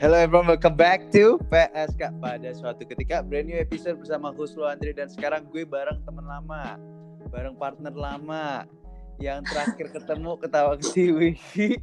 Hello everyone, welcome back to PSK. Pada suatu ketika, brand new episode bersama Huslo Andri. Dan sekarang gue bareng teman lama, bareng partner lama. Yang terakhir ketemu ketawa ketiwi.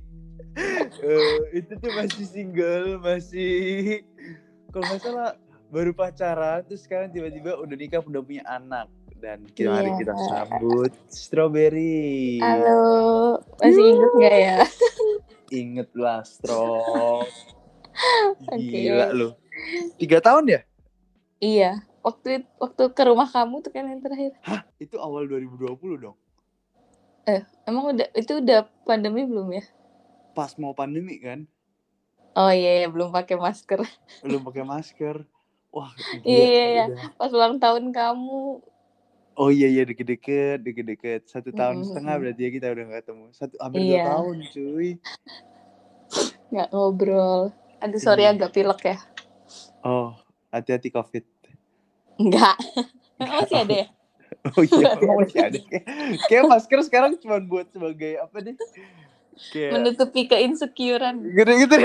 Itu tuh masih single, masih kalau gak salah baru pacaran. Terus sekarang tiba-tiba udah nikah, udah punya anak. Dan mari kita sambut Strawberry. Halo, masih inget gak ya? Inget lah, Straw. Gila Okay. lu. 3 tahun ya? Iya, waktu ke rumah kamu tuh kan yang terakhir. Hah? Itu awal 2020 dong? Emang udah pandemi belum ya? Pas mau pandemi kan? Oh iya, belum pakai masker. Belum pakai masker. Wah, Iya, pas ulang tahun kamu. Oh iya, deket-deket. 1 tahun setengah berarti ya kita udah gak ketemu. Hampir 2 tahun cuy. Gak ngobrol. Aduh sorry agak pilek ya. Oh, hati-hati COVID. Enggak. Masih ada ya? Oh iya, masih ada. Kayak masker sekarang cuma buat sebagai apa deh? Kayak menutupi keinsecurean. Gitu.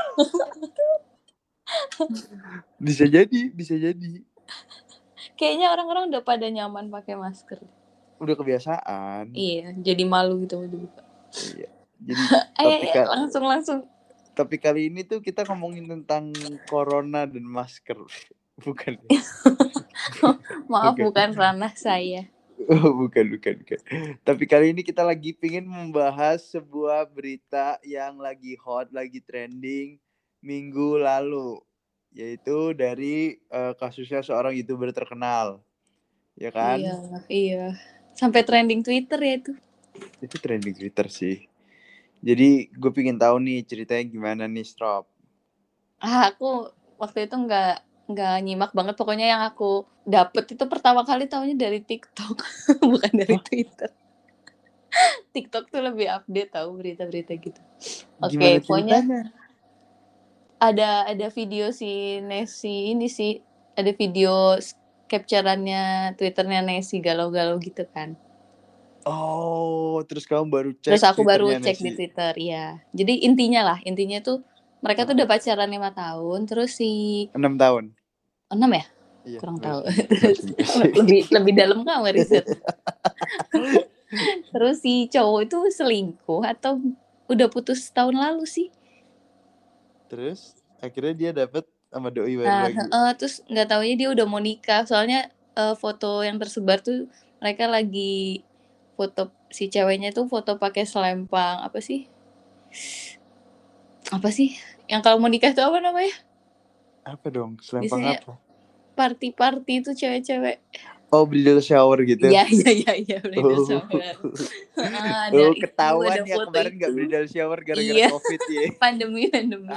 Bisa jadi. Kayaknya orang-orang udah pada nyaman pakai masker. Udah kebiasaan. Iya, jadi malu gitu dibuka. Iya. Jadi langsung. Tapi kali ini tuh kita ngomongin tentang corona dan masker. Bukan. Maaf, bukan ranah saya. Bukan. Tapi kali ini kita lagi pingin membahas sebuah berita yang lagi hot, lagi trending minggu lalu. Yaitu dari kasusnya seorang YouTuber terkenal. Ya kan? Iya. Sampai trending Twitter ya itu. Itu trending Twitter sih. Jadi gue pingin tahu nih ceritanya gimana nih, Strop. Aku waktu itu nggak nyimak banget. Pokoknya yang aku dapet itu pertama kali tahunya dari TikTok, bukan dari Twitter. TikTok tuh lebih update tahu berita-berita gitu. Oke, pokoknya ada video si Nessie ini sih. Ada video capture-annya Twitternya Nessie galau-galau gitu kan. Oh, terus kamu baru cek. Terus aku baru cek di Twitter, ya. Jadi intinya tuh mereka tuh udah pacaran 5 tahun, terus 6 tahun. 6 ya? Iya, kurang tahu. lebih dalam kamu riset. Terus si cowok itu selingkuh atau udah putus tahun lalu sih? Terus akhirnya dia dapet sama doi baru lagi. Terus nggak taunya dia udah mau nikah. Soalnya foto yang tersebar tuh mereka lagi foto si ceweknya tuh foto pakai selempang apa sih? Yang kalau mau nikah tuh apa namanya? Apa dong? Selempang biasanya apa? Party itu cewek-cewek. Oh, bridal shower gitu. Iya, bridal shower. Ketahuan ya kemarin nggak bridal shower gara-gara COVID ya. Pandemi.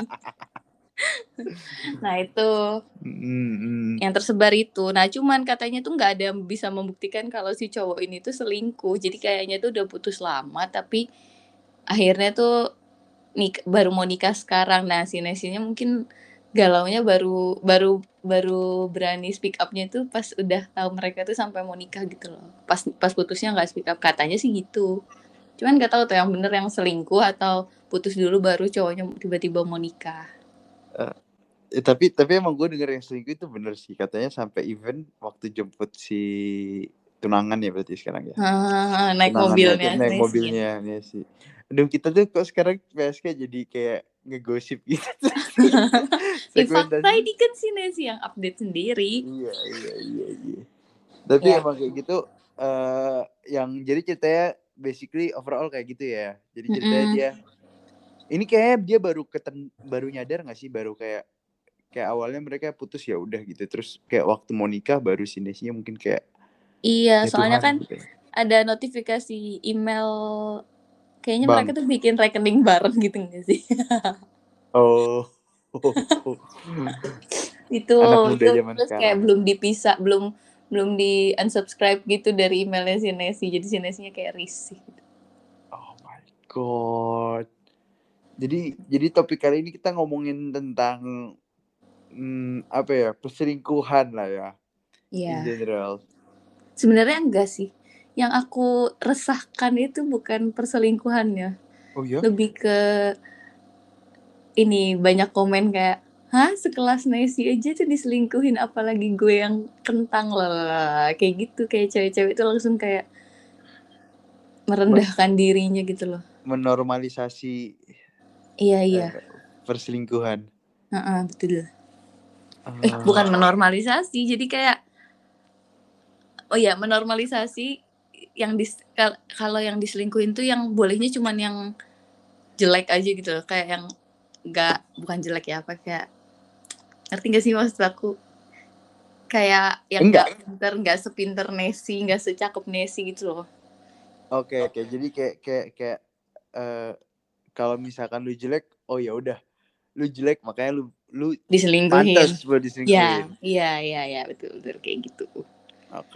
Nah itu yang tersebar itu. Nah cuman katanya tuh nggak ada yang bisa membuktikan kalau si cowok ini tuh selingkuh. Jadi kayaknya tuh udah putus lama, tapi akhirnya tuh baru mau nikah sekarang. Nah si Nesinya mungkin galaunya baru berani speak up-nya tuh pas udah tahu mereka tuh sampai mau nikah gitu loh. Pas putusnya nggak speak up, katanya sih gitu. Cuman nggak tahu tuh yang bener yang selingkuh atau putus dulu baru cowoknya tiba-tiba mau nikah. Tapi emang gue denger yang selingkuh itu bener sih, katanya sampai event waktu jemput si tunangan ya berarti sekarang ya. Naik mobilnya ya sih. Aduh, kita tuh kok sekarang PSK jadi kayak ngegosip gitu. Fakta ini kan si Nesi yang update sendiri. Iya. Tapi emang kayak gitu. Yang jadi ceritanya basically overall kayak gitu ya. Jadi ceritanya dia ini kayaknya dia baru nyadar nggak sih, baru kayak awalnya mereka putus ya udah gitu, terus kayak waktu mau nikah baru sinesinya mungkin kayak iya, soalnya kan gitu. Ada notifikasi email kayaknya mereka tuh bikin rekening bareng gitu nggak sih? Oh. Itu terus kayak belum dipisah, belum di unsubscribe gitu dari emailnya si Nesi, jadi si Nesinya kayak risih gitu. Oh my god. Jadi topik kali ini kita ngomongin tentang perselingkuhan lah ya. Iya. In general. Sebenarnya enggak sih. Yang aku resahkan itu bukan perselingkuhannya. Oh iya? Lebih ke ini banyak komen kayak, hah sekelas Messi aja tuh diselingkuhin apalagi gue yang kentang lah kayak gitu, kayak cewek-cewek itu langsung kayak merendahkan dirinya gitu loh. Menormalisasi Iya. perselingkuhan. Betul. Bukan menormalisasi, jadi kayak menormalisasi yang kalau yang diselingkuhin tuh yang bolehnya cuman yang jelek aja gitu loh, kayak yang bukan jelek ya, apa kayak ngerti gak sih maksud aku? Kayak yang nggak sepinter Nessie, nggak secakep Nessie gitu loh. Oke. Jadi kayak kalau misalkan lu jelek, oh ya udah, lu jelek makanya lu diselingkuhin. Pantas buat diselingkuhin. Iya, betul kayak gitu. Oke.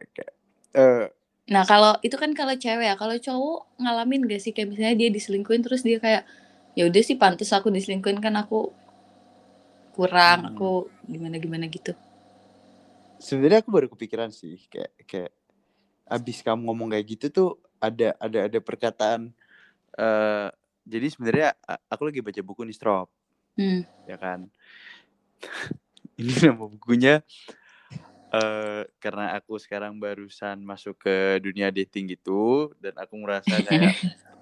Nah kalau itu kan kalau cewek ya, kalau cowok ngalamin gak sih kayak misalnya dia diselingkuhin terus dia kayak ya udah sih pantas aku diselingkuhin, kan aku kurang, aku gimana gitu. Sebenarnya aku baru kepikiran sih kayak abis kamu ngomong kayak gitu tuh ada perkataan jadi sebenarnya aku lagi baca buku nih Strop. Ya kan. Ini nama bukunya karena aku sekarang barusan masuk ke dunia dating gitu dan aku merasa kayak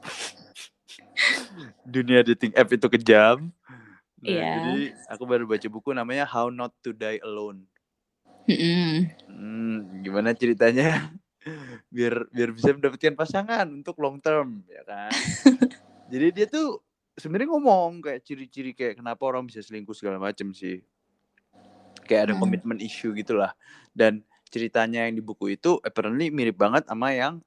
dunia dating app itu kejam. Nah, jadi aku baru baca buku namanya How Not to Die Alone. Gimana ceritanya biar bisa mendapatkan pasangan untuk long term, ya kan? Jadi dia tuh sebenarnya ngomong kayak ciri-ciri kayak kenapa orang bisa selingkuh segala macam sih. Kayak ada komitmen issue gitulah. Dan ceritanya yang di buku itu apparently mirip banget sama yang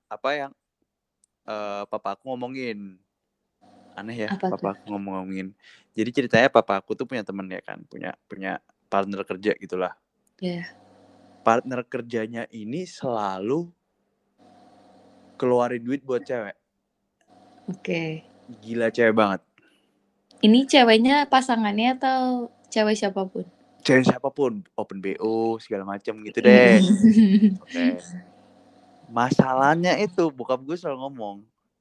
papa aku ngomongin. Aneh ya, papa aku ngomongin. Jadi ceritanya papa aku tuh punya temen ya kan, punya partner kerja gitulah. Partner kerjanya ini selalu keluarin duit buat cewek. Oke. Gila cewek banget. Ini ceweknya pasangannya atau cewek siapapun? Cewek siapapun, open BO segala macam gitu deh. Oke. Masalahnya itu bokap gue selalu ngomong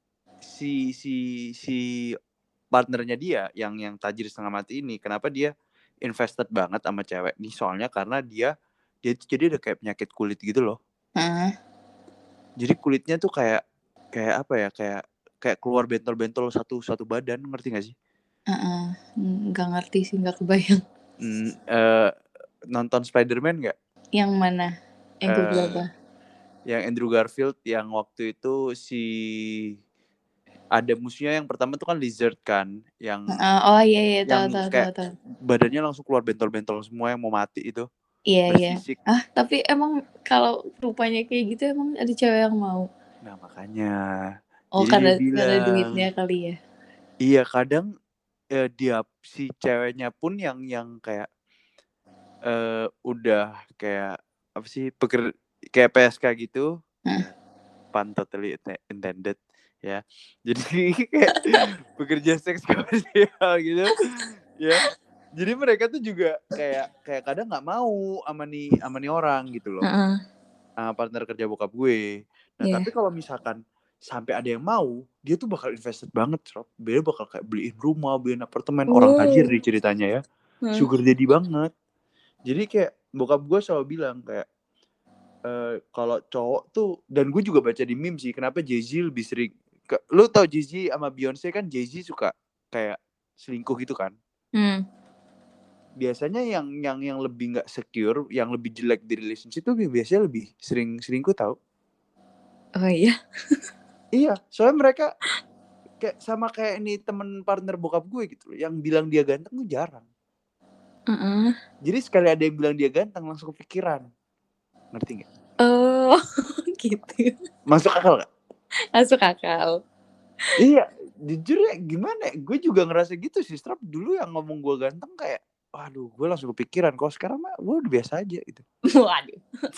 si partnernya dia yang tajir setengah mati ini, kenapa dia invested banget sama cewek nih, soalnya karena dia jadi ada kayak penyakit kulit gitu loh. Jadi kulitnya tuh kayak apa ya, kayak keluar bentol-bentol satu badan, ngerti gak sih? Nggak ngerti sih, nggak kebayang. Nonton Spider-Man nggak? Yang mana? Yang keberapa? Yang Andrew Garfield yang waktu itu ada musuhnya yang pertama tuh kan Lizard kan, yang iya tahu. badannya langsung keluar bentol-bentol semua yang mau mati itu. Iya. Tapi emang kalau rupanya kayak gitu emang ada cewek yang mau? Nah makanya. Jadi karena duitnya kali ya? Iya, kadang dia si ceweknya pun yang kayak udah kayak apa sih kayak PSK gitu. Pun totally intended ya. Jadi kayak pekerja seks komersial gitu ya. Jadi mereka tuh juga kayak kadang nggak mau sama nih orang gitu loh. Partner kerja bokap gue. Nah tapi kalau misalkan sampai ada yang mau, dia tuh bakal invested banget, Rob. Dia bakal kayak beliin rumah, beliin apartemen. Orang tajir nih ceritanya ya. Sugar daddy banget. Jadi kayak bokap gue selalu bilang kayak kalau cowok tuh, dan gue juga baca di meme sih, kenapa Jay-Z lebih sering, lu tau Jay-Z sama Beyonce kan, Jay-Z suka kayak selingkuh gitu kan. Biasanya yang lebih nggak secure, yang lebih jelek di relationship tuh biasanya lebih sering selingkuh tau. Oh iya? Iya, soalnya mereka kayak sama kayak ini temen partner bokap gue gitu loh, yang bilang dia ganteng tuh jarang. Jadi sekali ada yang bilang dia ganteng langsung kepikiran. Ngerti gak? Oh gitu. Masuk akal gak? Masuk akal. Iya, jujur ya gimana, gue juga ngerasa gitu sih. Strap dulu yang ngomong gue ganteng kayak, waduh, gue langsung kepikiran. Kalau sekarang mah gue udah biasa aja gitu. Waduh.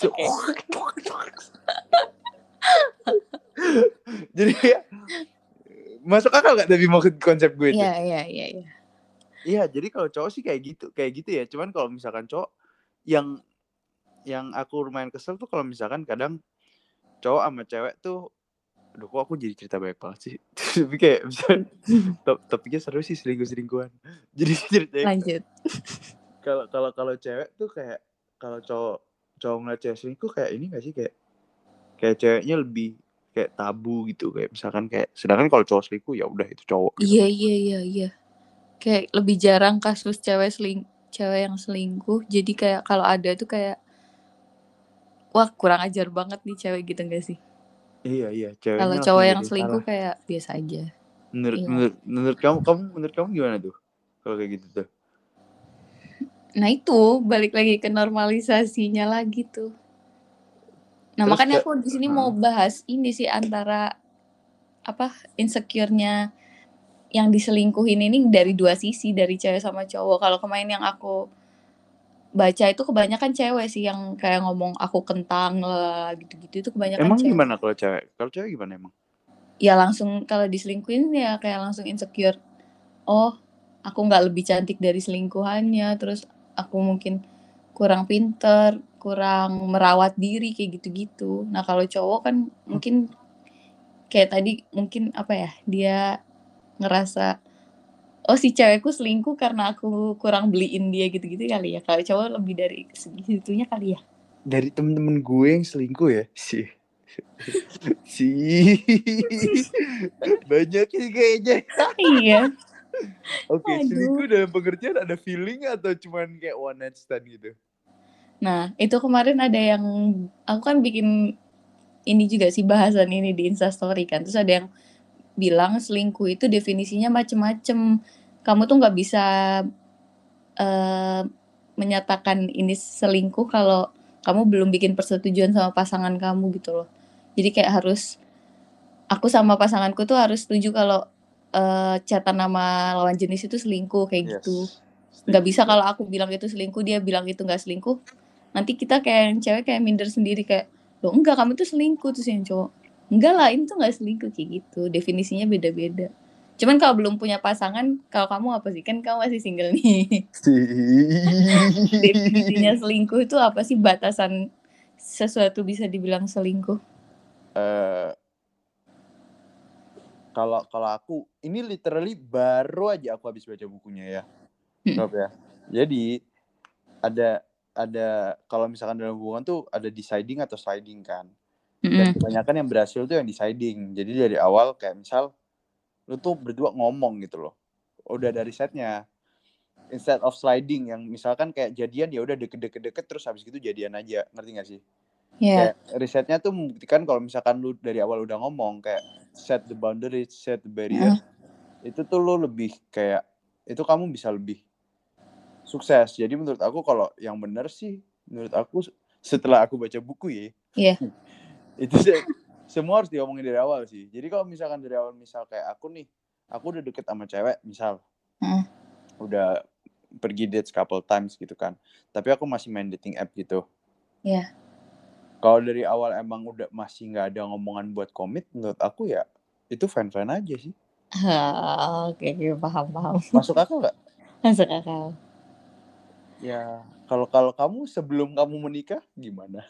Jadi ya, masuk akal gak tapi maksud konsep gue itu? Iya. Iya, jadi kalau cowok sih kayak gitu ya. Cuman kalau misalkan cowok yang aku lumayan kesel tuh kalau misalkan kadang cowok sama cewek tuh Aduh, kok aku jadi cerita banyak banget sih. Tapi kayak misalnya topiknya seru sih, selingkuh-selingkuhan. Jadi ceritanya Lanjut. kalau cewek tuh kayak kalau cowok ngeliat cewek selingkuh kayak ini gak sih, kayak ceweknya lebih kayak tabu gitu, kayak misalkan kayak sedangkan kalau cowok selingkuh ya udah itu cowok gitu. Iya. Kayak lebih jarang kasus cewek yang selingkuh. Jadi kayak kalau ada tuh kayak wah kurang ajar banget nih cewek gitu gak sih? Iya, Kalau ceweknya langsung cowok yang jadi selingkuh salah. kayak biasa aja. Menurut Iya. menurut menurut kamu gimana tuh kalau kayak gitu tuh? Nah itu balik lagi ke normalisasinya lagi tuh. Nah Terus makanya aku di sini mau bahas ini sih antara insecure-nya yang diselingkuhin ini dari dua sisi, dari cewek sama cowok. Kalau kemarin yang aku baca itu kebanyakan cewek sih yang kayak ngomong aku kentang lah gitu-gitu, itu kebanyakan emang cewek. gimana kalau cewek? Kalau cewek gimana emang? Ya langsung kalau diselingkuhin ya kayak langsung insecure. Oh, aku nggak lebih cantik dari selingkuhannya, terus aku mungkin kurang pinter, kurang merawat diri kayak gitu-gitu. Nah kalau cowok kan mungkin kayak tadi mungkin dia ngerasa oh si cewekku selingkuh karena aku kurang beliin dia gitu-gitu kali ya. Kalau cowok lebih dari segitunya kali ya. Dari temen-temen gue yang selingkuh ya sih. Banyak sih kayaknya. Iya. Oke, selingkuh Aduh. dalam pengertian ada feeling atau cuman kayak one night stand gitu? Nah, itu kemarin ada yang aku kan bikin ini juga sih bahasan ini di Instastory kan. Terus ada yang bilang selingkuh itu definisinya macem-macem. Kamu tuh nggak bisa menyatakan ini selingkuh kalau kamu belum bikin persetujuan sama pasangan kamu gitu loh. Jadi kayak harus aku sama pasanganku tuh harus setuju kalau chatan nama lawan jenis itu selingkuh kayak gitu. Nggak bisa kalau aku bilang itu selingkuh, dia bilang itu nggak selingkuh. Nanti kita kayak yang cewek kayak minder sendiri kayak, loh enggak kamu tuh selingkuh, terus yang cowok, enggak lah ini tuh nggak selingkuh kayak gitu. Definisinya beda-beda. Cuman kalau belum punya pasangan, kalau kamu apa sih? Kan kamu masih single nih. Definisinya selingkuh itu apa sih, batasan sesuatu bisa dibilang selingkuh? Kalau aku ini literally baru aja aku habis baca bukunya ya. Rob ya. Jadi ada kalau misalkan dalam hubungan tuh ada deciding atau sliding kan. Dan kebanyakan yang berhasil tuh yang deciding. Jadi dari awal kayak misal lu tuh berdua ngomong gitu loh. Udah dari setnya. Instead of sliding yang misalkan kayak jadian ya udah deket-deket terus habis gitu jadian aja. Ngerti gak sih? Yeah. Kayak risetnya tuh membuktikan kalau misalkan lu dari awal udah ngomong kayak set the boundary, set the barrier, itu tuh lu lebih kayak itu kamu bisa lebih sukses. Jadi menurut aku kalau yang benar sih, menurut aku setelah aku baca buku ya, itu semua harus diomongin dari awal sih. Jadi kalau misalkan dari awal misal kayak aku udah deket sama cewek misal, udah pergi date couple times gitu kan, tapi aku masih main dating app gitu. Iya. Kalau dari awal emang udah masih nggak ada ngomongan buat komit, menurut aku ya itu fine-fine aja sih. Oke, paham. Masuk akal nggak? Masuk akal. Ya, kalau kamu sebelum kamu menikah gimana?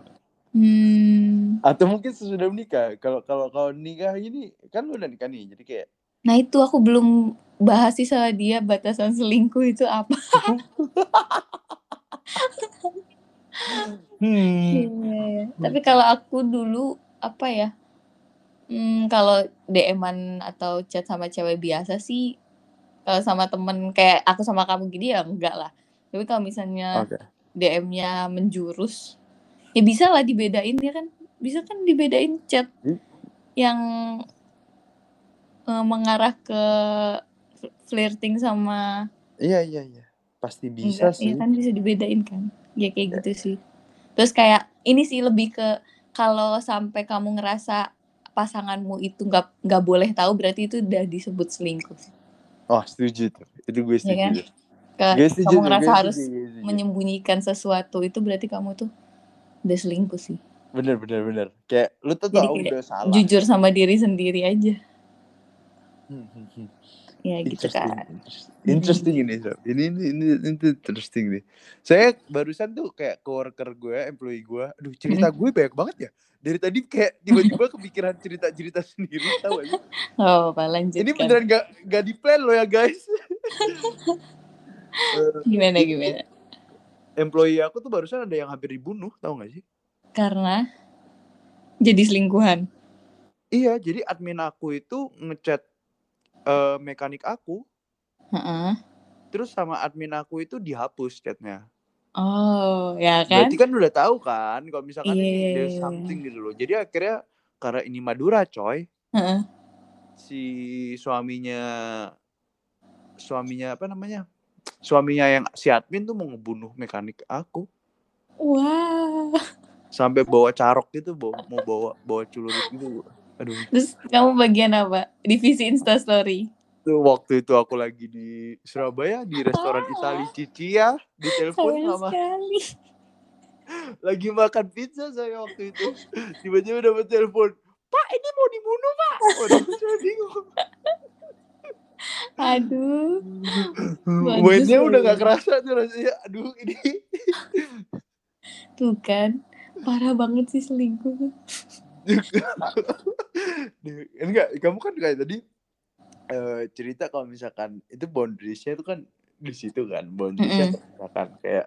Atau mungkin sesudah menikah. Kalau nikah ini kan lu udah nikah nih, jadi kayak. Nah itu aku belum bahas sih sama dia batasan selingkuh itu apa. Iya. Tapi kalau aku dulu kalau DM-an atau chat sama cewek biasa sih, kalau sama temen kayak aku sama kamu gini ya enggak lah. Tapi kalau misalnya DM-nya menjurus, ya bisa lah dibedain ya kan. Bisa kan dibedain chat yang mengarah ke flirting sama Iya. Pasti bisa enggak, sih. ya kan bisa dibedain kan. Ya kayak gitu sih. Terus kayak ini sih lebih ke kalau sampai kamu ngerasa pasanganmu itu nggak boleh tahu, berarti itu udah disebut selingkuh. Oh, setuju tuh. Itu gue Ya setuju. kan? Kamu ngerasa harus setuju. menyembunyikan sesuatu itu berarti kamu tuh udah selingkuh sih. Bener. Kayak lu tuh Jadi tahu kayak udah salah. jujur sama diri sendiri aja. Ya gitu kan. Interesting ini Sob. Ini interesting nih. Saya barusan tuh kayak coworker gue, employee gue, aduh cerita gue banyak banget ya. Dari tadi kayak tiba-tiba kepikiran cerita-cerita sendiri, tahu gak sih? Oh, lanjutkan. Ini beneran gak di plan loh ya guys. Gimana? Employee aku tuh barusan ada yang hampir dibunuh, tahu gak sih? Karena jadi selingkuhan. Iya, jadi admin aku itu ngechat mekanik aku. Terus sama admin aku itu dihapus chatnya. Oh, ya kan? Berarti kan udah tahu kan kalau misalkan ini there's something gitu loh. Jadi akhirnya karena ini Madura coy. Si suaminya apa namanya? Suaminya yang si admin tuh mau ngebunuh mekanik aku. Wah. Sampai bawa carok gitu, mau bawa celurit gitu. Aduh. Terus kamu bagian apa? Divisi Instastory. Waktu itu aku lagi di Surabaya di restoran Itali Cicia, ditelepon sama lagi makan pizza saya waktu itu. Tiba-tiba dapat telepon, "Pak, ini mau dibunuh, Pak." Waduh, saya bingung. Aduh. Mainnya udah gak kerasa tuh rasanya. Aduh, ini. Tuh kan, parah banget sih selingkuh. Enggak, kamu kan kayak tadi cerita kalau misalkan itu boundariesnya itu kan di situ kan, boundariesnya misalkan kayak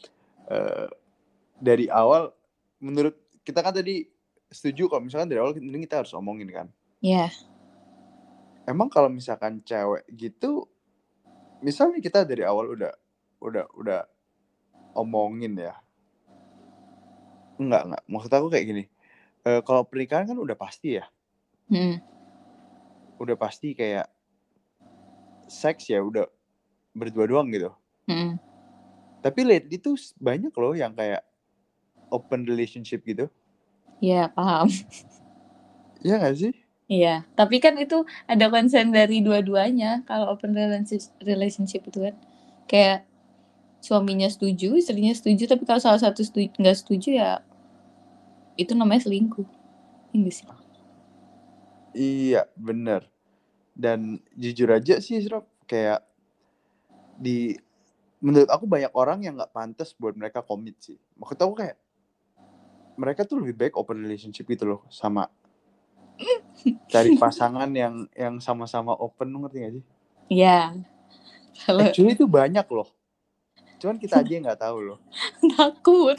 dari awal menurut kita kan tadi setuju kalau misalkan dari awal ini kita harus omongin kan. Iya. Emang kalau misalkan cewek gitu, misalnya kita dari awal udah omongin ya. Enggak. Maksud aku kayak gini. Kalau pernikahan kan udah pasti ya. Udah pasti kayak seks ya udah berdua doang gitu. Tapi lately tuh banyak loh yang kayak open relationship gitu. Iya, paham. Iya gak sih? Iya, tapi kan itu ada konsen dari dua-duanya. Kalau open relationship itu kan kayak suaminya setuju, istrinya setuju, tapi kalau salah satu nggak setuju ya itu namanya selingkuh. Ini sih. Iya, bener. Dan jujur aja sih, Rob, kayak menurut aku banyak orang yang nggak pantas buat mereka komit sih. Maksud aku kayak mereka tuh lebih baik open relationship gitu loh, sama cari pasangan yang sama-sama open, ngerti gak sih? Iya. Actually itu banyak loh. Cuman kita aja yang nggak tahu loh. Takut.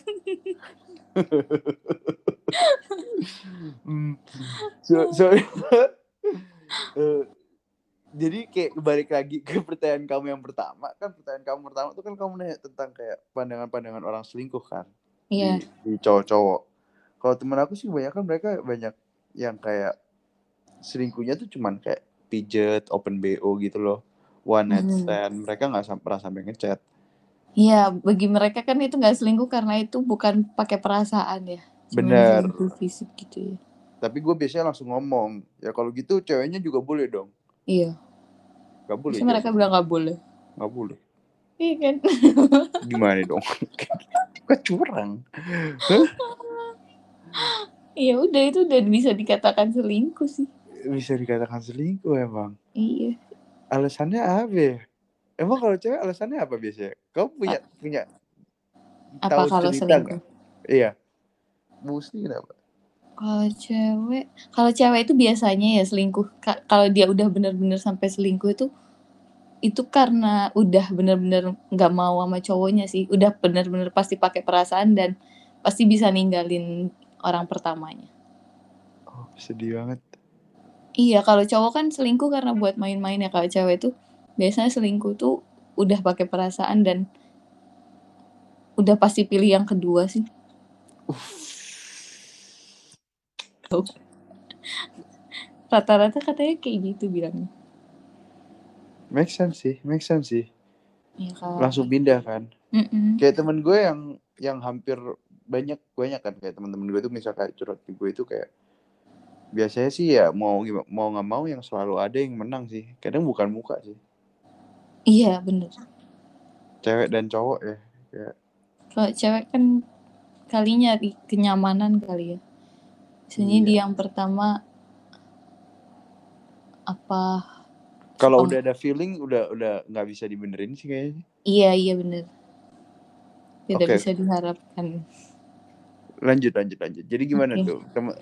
Jadi kayak balik lagi ke pertanyaan kamu yang pertama. Kan pertanyaan kamu pertama tuh kan kamu nanya tentang kayak pandangan-pandangan orang selingkuh kan. Iya. Di cowok-cowok. Kalau temen aku sih banyak yang kayak selingkuhnya tuh cuman kayak pijet, open BO gitu loh. One night stand. Mereka gak pernah sampai ngechat. Iya, bagi mereka kan itu gak selingkuh karena itu bukan pakai perasaan ya. Bener. Selingkuh fisik gitu ya. Tapi gue biasanya langsung ngomong. Ya kalau gitu ceweknya juga boleh dong. Iya. Gak boleh. Terus mereka bilang gak boleh. Gak boleh. Iya kan. Gimana dong? Kok curang? Ya udah, itu udah bisa dikatakan selingkuh sih. Bisa dikatakan selingkuh emang. Iya. Alasannya apa ya? Emang kalau cewek alasannya apa biasanya? Kamu punya apa tahu kalau cerita selingkuh? Gak? Iya. Mesti kenapa? Kalau cewek itu biasanya ya selingkuh. Kalau dia udah benar-benar sampai selingkuh itu karena udah benar-benar nggak mau sama cowoknya sih. Udah benar-benar pasti pakai perasaan dan pasti bisa ninggalin orang pertamanya. Oh, sedih banget. Iya, kalau cowok kan selingkuh karena buat main-main ya. Kalau cewek tuh biasanya selingkuh tuh udah pakai perasaan dan udah pasti pilih yang kedua sih. Rata-rata katanya kayak gitu bilangnya. Make sense sih. Ya, langsung pindah kan. Kayak temen gue yang hampir banyak kan kayak teman-teman gue tuh misalnya kayak curhat ke gue itu kayak biasanya sih ya mau nggak mau yang selalu ada yang menang sih. Kadang bukan muka sih. Iya bener. Cewek dan cowok ya. Kayak. Kalau cewek kan kali nyari kenyamanan kali ya. Misalnya di yang pertama apa Kalau udah ada feeling udah nggak bisa dibenerin sih kayaknya. Iya bener. Tidak bisa diharapkan. Lanjut. Jadi gimana tuh?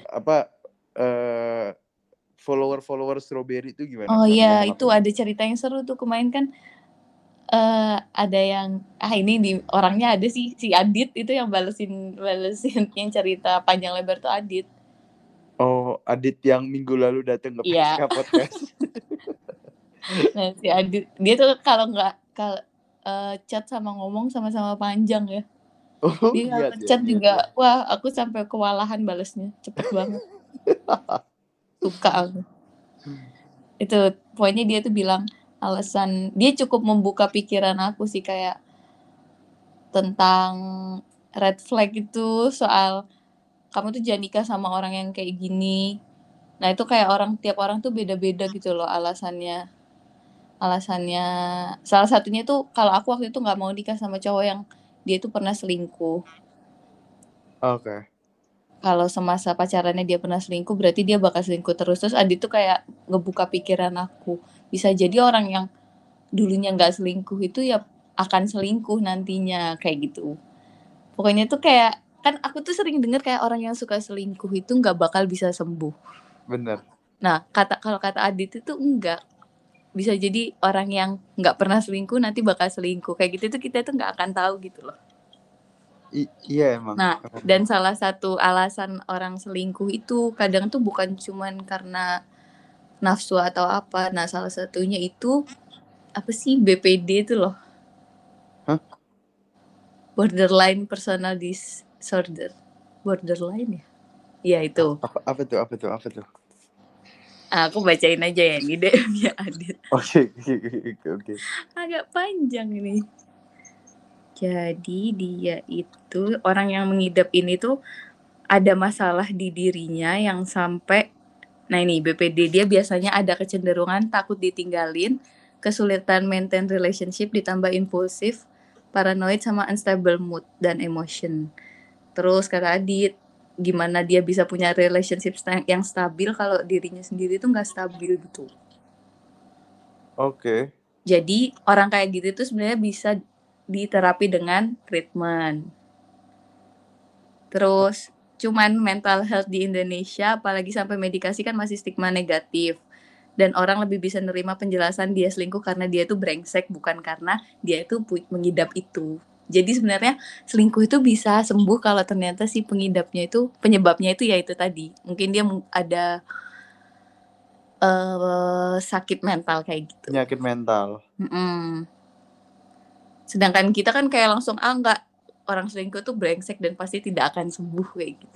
Follower Strawberry itu gimana? Oh iya, itu ada cerita yang seru tuh kemarin kan. Ada yang ini di orangnya ada sih, si Adit itu yang balesin yang cerita panjang lebar tuh Adit. Oh, Adit yang minggu lalu datang ke PSK Podcast. Nah, si Adit dia tuh kalau chat sama ngomong sama-sama panjang ya. Oh, Dia kalau chat juga, wah aku sampai kewalahan balesnya, cepet banget. Suka aku. Itu pokoknya dia tuh bilang alasan dia cukup membuka pikiran aku sih, kayak tentang red flag itu, soal kamu tuh jangan nikah sama orang yang kayak gini. Nah itu kayak tiap orang tuh beda-beda gitu loh alasannya. Salah satunya tuh kalau aku waktu itu nggak mau nikah sama cowok yang dia tuh pernah selingkuh. Kalau semasa pacarannya dia pernah selingkuh, berarti dia bakal selingkuh terus. Terus Adit tuh kayak ngebuka pikiran aku. Bisa jadi orang yang dulunya nggak selingkuh itu ya akan selingkuh nantinya, kayak gitu. Pokoknya tuh kayak, kan aku tuh sering denger kayak orang yang suka selingkuh itu nggak bakal bisa sembuh. Bener. Nah, kalau kata Adit itu enggak. Bisa jadi orang yang nggak pernah selingkuh nanti bakal selingkuh. Kayak gitu tuh kita tuh nggak akan tahu gitu loh. Iya emang. Nah, dan salah satu alasan orang selingkuh itu kadang tuh bukan cuman karena nafsu atau apa. Nah, salah satunya itu apa sih, BPD itu loh. Hah? Borderline personal disorder. Borderline ya? Iya itu. Apa tuh? Aku bacain aja ya ini DM-nya Adit. Oke. Agak panjang ini. Jadi dia itu orang yang mengidap ini tuh ada masalah di dirinya yang sampai, nah ini BPD dia biasanya ada kecenderungan takut ditinggalin, kesulitan maintain relationship ditambah impulsif, paranoid sama unstable mood dan emotion. Terus kata Adit, gimana dia bisa punya relationship yang stabil kalau dirinya sendiri tuh nggak stabil gitu. Oke. Jadi orang kayak gitu tuh sebenarnya bisa diterapi dengan treatment. Terus cuman mental health di Indonesia apalagi sampai medikasi kan masih stigma negatif. Dan orang lebih bisa nerima penjelasan dia selingkuh karena dia tuh brengsek, bukan karena dia itu mengidap itu. Jadi sebenarnya selingkuh itu bisa sembuh kalau ternyata si penyebabnya itu ya itu tadi. Mungkin dia ada sakit mental kayak gitu. Penyakit mental. Sedangkan kita kan kayak langsung enggak, orang selingkuh tuh brengsek dan pasti tidak akan sembuh kayak gitu.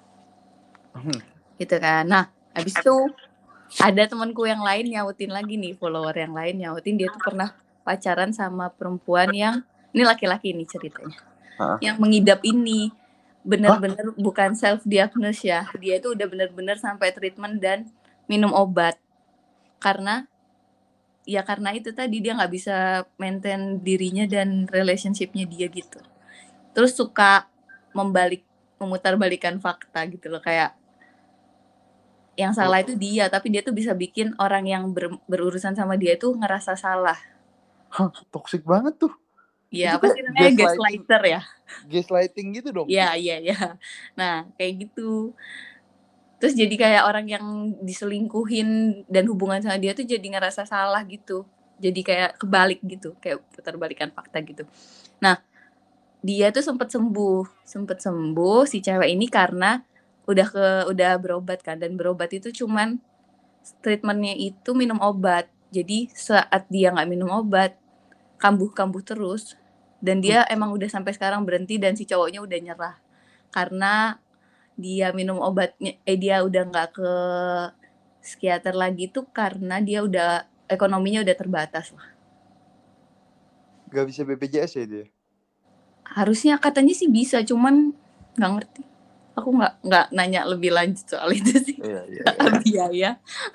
Gitu kan. Nah, habis itu ada temanku yang lain nyautin lagi nih, follower yang lain nyautin dia tuh pernah pacaran sama perempuan yang, ini laki-laki nih ceritanya, yang mengidap ini. Bener-bener bukan self diagnose ya, dia itu udah bener-bener sampai treatment dan minum obat. Karena itu tadi dia nggak bisa maintain dirinya dan relationship-nya dia gitu. Terus suka memutarbalikkan fakta gitu loh, kayak yang salah itu dia, tapi dia tuh bisa bikin orang yang berurusan sama dia tuh ngerasa salah. Toxic banget tuh. Iya, apa sih namanya, gaslighter ya? Gaslighting gitu dong. Iya. Nah, kayak gitu. Terus jadi kayak orang yang diselingkuhin dan hubungan sama dia tuh jadi ngerasa salah gitu. Jadi kayak kebalik gitu, kayak putarbalikan fakta gitu. Nah, dia tuh sempet sembuh si cewek ini karena udah berobat kan, dan berobat itu cuman treatmentnya itu minum obat. Jadi saat dia nggak minum obat, kambuh terus, dan dia emang udah sampai sekarang berhenti, dan si cowoknya udah nyerah karena dia minum obatnya, dia udah nggak ke psikiater lagi tuh karena dia udah ekonominya udah terbatas lah. Gak bisa BPJS ya dia? Harusnya katanya sih bisa, cuman nggak ngerti. Aku nggak nanya lebih lanjut soal itu sih. Biaya.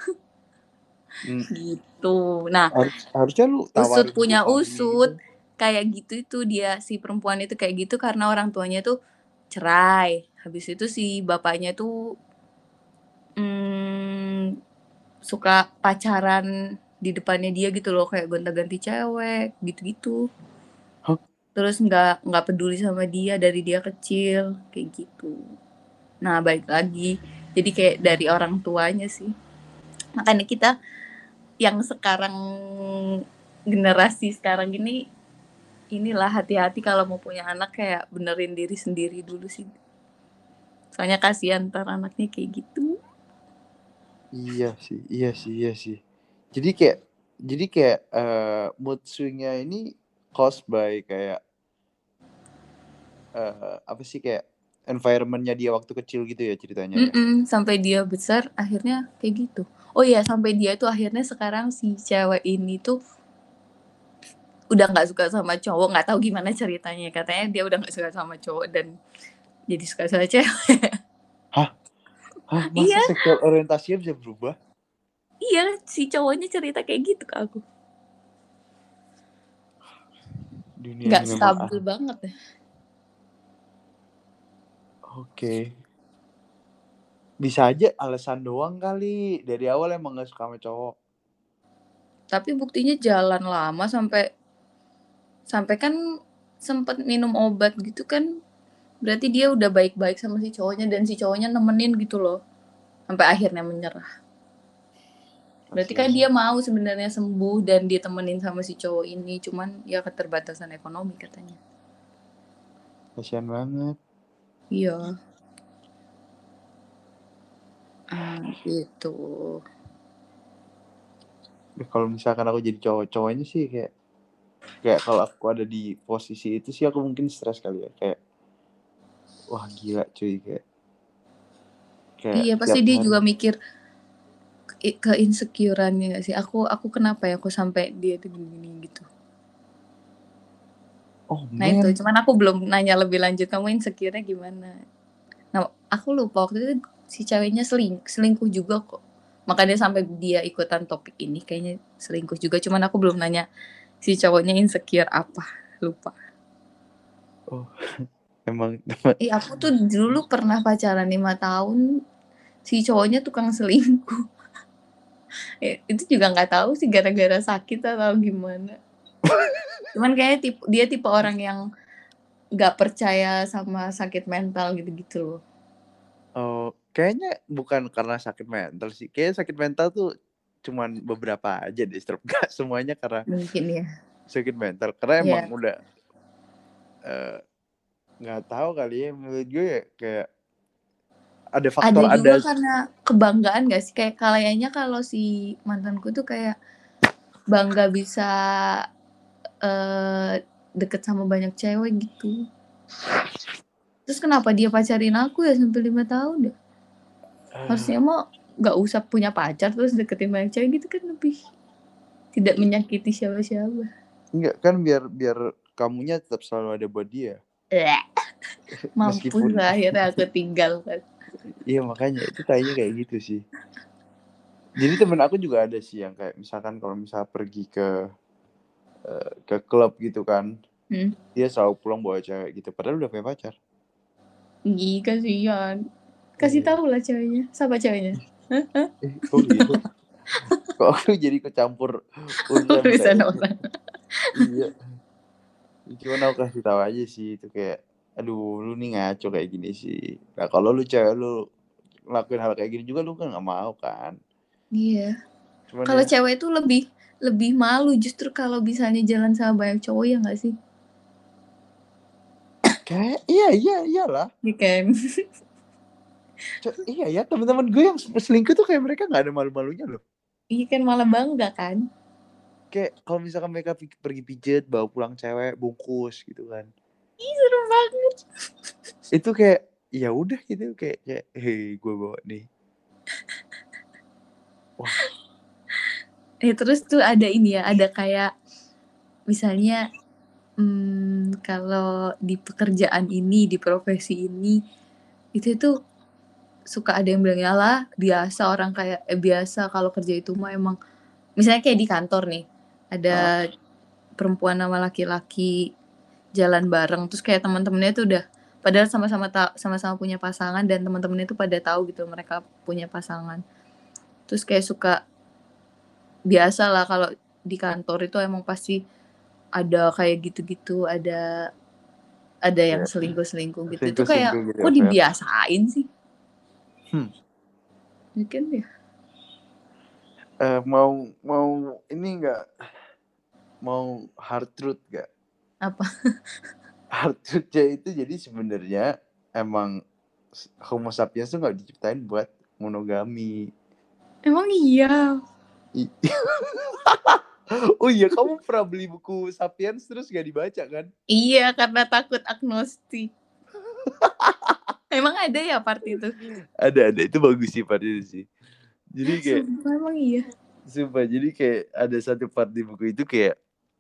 Gitu. Nah, harusnya lu tawarin punya usut gitu. Kayak gitu itu dia, si perempuan itu kayak gitu karena orang tuanya tuh cerai. Habis itu si bapaknya tuh suka pacaran di depannya dia gitu loh, kayak gonta-ganti cewek gitu-gitu. Hah? Terus nggak peduli sama dia dari dia kecil kayak gitu. Nah balik lagi, jadi kayak dari orang tuanya sih. Makanya kita yang sekarang generasi sekarang ini, inilah hati-hati kalau mau punya anak, kayak benerin diri sendiri dulu sih. Soalnya kasihan ntar anaknya kayak gitu. Iya sih. Jadi kayak mood swing-nya ini caused by kayak apa sih, kayak environment-nya dia waktu kecil gitu ya ceritanya ya. Sampai dia besar akhirnya kayak gitu. Oh iya, sampai dia tuh akhirnya sekarang si cewek ini tuh udah nggak suka sama cowok, nggak tahu gimana ceritanya. Katanya dia udah nggak suka sama cowok dan jadi suka sama cewek. Hah? Masa Iya, seksual orientasinya bisa berubah? iya si cowoknya cerita kayak gitu ke aku. Dunia Nggak ini memang stabil banget ya. Oke. Bisa aja alasan doang kali. Dari awal emang gak suka sama cowok. Tapi buktinya jalan lama sampai kan sempet minum obat gitu kan. Berarti dia udah baik-baik sama si cowoknya dan si cowoknya nemenin gitu loh. Sampai akhirnya menyerah. Berarti kan dia mau sebenarnya sembuh dan ditemenin sama si cowok ini, cuman ya keterbatasan ekonomi katanya. Kasian banget. Iya. Gitu. Kalau misalkan aku jadi cowoknya sih kayak kalau aku ada di posisi itu sih aku mungkin stres kali ya, kayak wah gila cuy, kayak Iya, pasti tiap dia hari. juga mikir ke insecure-annya gak sih? Aku kenapa ya aku sampai dia tuh gini gitu. Oh Nah itu, man. cuman aku belum nanya lebih lanjut kamu insecure-nya gimana. Nah, aku lupa waktu itu si ceweknya selingkuh juga kok. Makanya sampai dia ikutan topik ini kayaknya selingkuh juga, cuman aku belum nanya si cowoknya insecure apa, lupa. Oh emang Aku tuh dulu pernah pacaran 5 tahun, si cowoknya tukang selingkuh. Itu juga nggak tahu sih gara-gara sakit atau gimana. Cuman kayaknya dia tipe orang yang nggak percaya sama sakit mental gitu-gitu loh. Oh, kayaknya bukan karena sakit mental sih. Kayaknya sakit mental tuh cuman beberapa aja deh, gak semuanya karena Mungkin ya. sakit mental. Karena emang Iya. udah nggak tahu kali ya, menurut gue ya kayak ada faktor Ada juga karena kebanggaan gak sih? Kayak kayaknya kalau si mantanku tuh kayak bangga bisa deket sama banyak cewek gitu. Terus kenapa dia pacarin aku ya sampai 5 tahun ya? Harusnya mah gak usah punya pacar terus deketin banyak cewek gitu kan lebih tidak menyakiti siapa-siapa. Enggak kan, biar kamunya tetap selalu ada buat dia. Mampus Meskipun lah akhirnya aku tinggalkan. iya makanya itu kayaknya kayak gitu sih. Jadi temen aku juga ada sih yang kayak misalkan kalau misalnya pergi ke klub gitu kan, dia selalu pulang bawa cewek gitu, padahal udah punya pacar. Ih, kasihan. Kasih tahu lah ceweknya. Siapa ceweknya? Kok gitu? Kok aku jadi kecampur urusan Urusan mereka? orang. Iya. Cuman aku kasih tahu aja sih itu kayak, aduh lu nih ngaco kayak gini sih. Nah kalau lu cewek lu ngelakuin hal kayak gini juga lu kan nggak mau kan. Iya. Cuman Kalau ya cewek itu lebih malu justru kalau misalnya jalan sama banyak cowok ya nggak sih? kayak iyalah. Iya kan? Iya ya, teman-teman gue yang selingkuh tuh kayak mereka nggak ada malu-malunya loh. Iya kan malah bangga kan? Kayak kalau misalkan mereka pergi pijet bawa pulang cewek bungkus gitu kan, Ih, seru banget. itu kayak ya udah gitu, kayak hei gue bawa nih. Wah. Terus tuh ada ini ya, ada kayak misalnya kalau di pekerjaan ini, di profesi ini, itu tuh suka ada yang bilang, "Yalah biasa orang kayak biasa kalau kerja itu mah emang." Misalnya kayak di kantor nih, ada perempuan sama laki-laki jalan bareng, terus kayak teman-temannya tuh udah padahal sama-sama punya pasangan dan teman-temannya tuh pada tahu gitu mereka punya pasangan. Terus kayak suka biasa lah kalau di kantor itu emang pasti ada kayak gitu-gitu, ada yang selingkuh gitu. Itu kayak gitu kok dibiasain sih? Mungkin ya. Mau ini nggak? Mau hard truth nggak? Apa? Hard truth-nya itu jadi sebenarnya emang Homo sapiens tuh nggak diciptain buat monogami. Emang iya? Oh iya, kamu pernah beli buku Sapiens terus gak dibaca kan? Iya, karena takut agnostik. Emang ada ya part itu? Ada, itu bagus sih part itu sih. Jadi kayak Sumpah, emang iya. Sumpah, jadi kayak ada satu part di buku itu kayak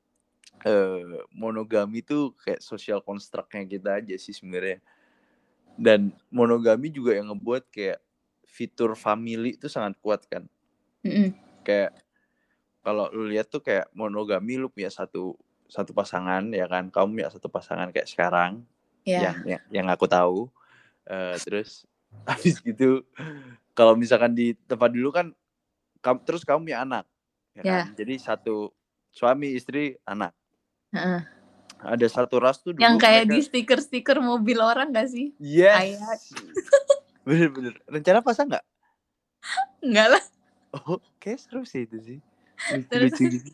monogami tuh kayak social construct-nya kita aja sih sebenarnya. Dan monogami juga yang ngebuat kayak fitur family itu sangat kuat kan. Kayak kalau lu lihat tuh kayak monogami, lu punya satu pasangan ya kan, kamu punya satu pasangan kayak sekarang yang aku tahu. Terus habis gitu kalau misalkan di tempat dulu kan terus kamu punya anak ya kan, jadi satu suami istri anak. Ada satu ras tuh dulu yang kayak mereka... di stiker mobil orang gak sih? Yes. Bener rencana pasang nggak? Enggak lah. Oh, kayak seru sih itu sih, lucu gitu.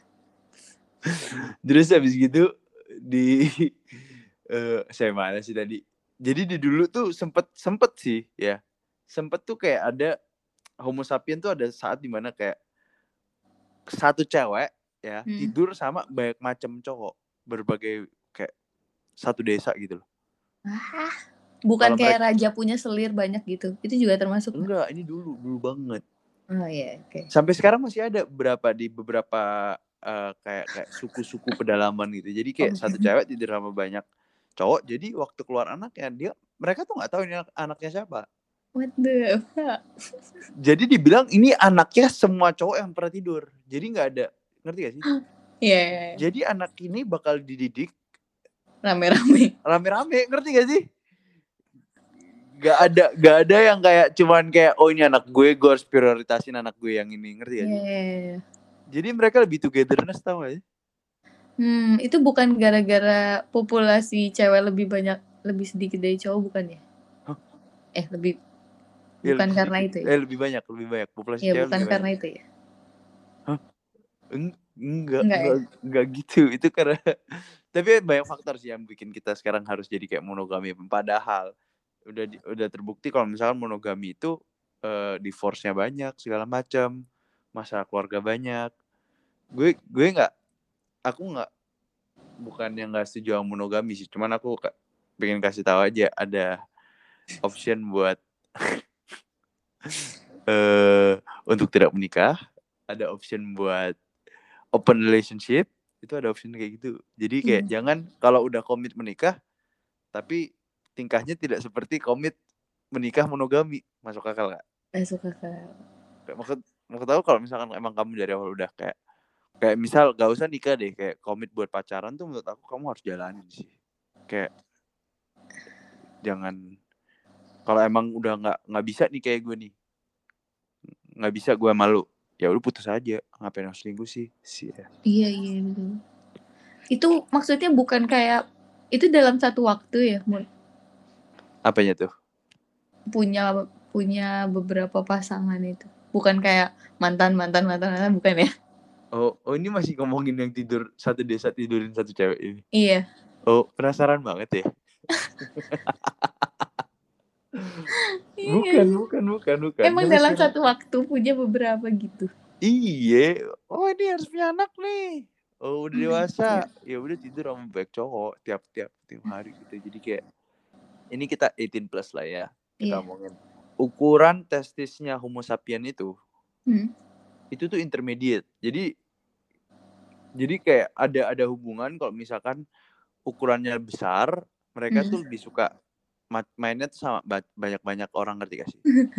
Terus habis gitu di saya mana sih tadi? Jadi di dulu tuh sempet sih ya, sempet tuh kayak ada Homo sapien tuh ada saat dimana kayak satu cewek ya tidur sama banyak macam cowok, berbagai kayak satu desa gitu loh. Bukan kayak raja punya selir banyak gitu, itu juga termasuk? Enggak, ini dulu banget. Oh iya, oke. Sampai sekarang masih ada di beberapa kayak suku-suku pedalaman gitu. Jadi kayak satu cewek tidur sama banyak cowok. Jadi waktu keluar anaknya mereka tuh nggak tahu ini anaknya siapa. What the fuck? Jadi dibilang ini anaknya semua cowok yang pernah tidur. Jadi nggak ada, ngerti gak sih? Iya. Jadi anak ini bakal dididik rame-rame, ngerti gak sih? Gak ada yang kayak cuman kayak oh ini anak gue harus prioritasin anak gue yang ini, ngerti gak sih? Jadi mereka lebih togetherness, tau gak sih? Itu bukan gara-gara populasi cewek lebih sedikit dari cowok, bukan ya? Lebih bukan lebih karena sedikit. itu ya? Lebih banyak populasi ya, cewek bukan lebih karena banyak. itu ya? Enggak gitu. Itu karena tapi banyak faktor sih yang bikin kita sekarang harus jadi kayak monogami. Padahal udah terbukti kalau misalkan monogami itu divorce-nya banyak segala macam, masalah keluarga banyak. Gue bukan yang nggak setuju sama monogami sih, cuman aku pengen kasih tahu aja ada option buat untuk tidak menikah, ada option buat open relationship, itu ada option kayak gitu. Jadi kayak jangan kalau udah komit menikah tapi tingkahnya tidak seperti komit menikah monogami. Masuk akal gak? Masuk akal. Maksud tahu kalau misalkan emang kamu dari awal udah kayak misal gak usah nikah deh, kayak komit buat pacaran tuh menurut aku kamu harus jalanin sih. Kayak jangan, kalau emang udah nggak bisa nih kayak gue nih, nggak bisa, gue malu, ya udah putus aja, ngapain harus selingkuh sih ya. Iya betul. Itu maksudnya bukan kayak itu dalam satu waktu ya, Mun? Apanya tuh? Punya beberapa pasangan itu, bukan kayak mantan, bukan ya? Oh ini masih ngomongin yang tidur satu desa tidurin satu cewek ini? Iya. Oh penasaran banget ya? Bukan. Emang dalam satu waktu punya beberapa gitu? Iya. Oh ini harus punya anak nih. Oh udah dewasa. Ya udah tidur sama banyak cowok tiap hari gitu. Jadi kayak ini kita 18 plus lah ya. Kita ngomongin ukuran testisnya Homo sapien itu. Itu tuh intermediate. Jadi kayak ada hubungan kalau misalkan ukurannya besar, mereka tuh lebih suka mainnya tuh sama banyak orang, ngerti gak sih?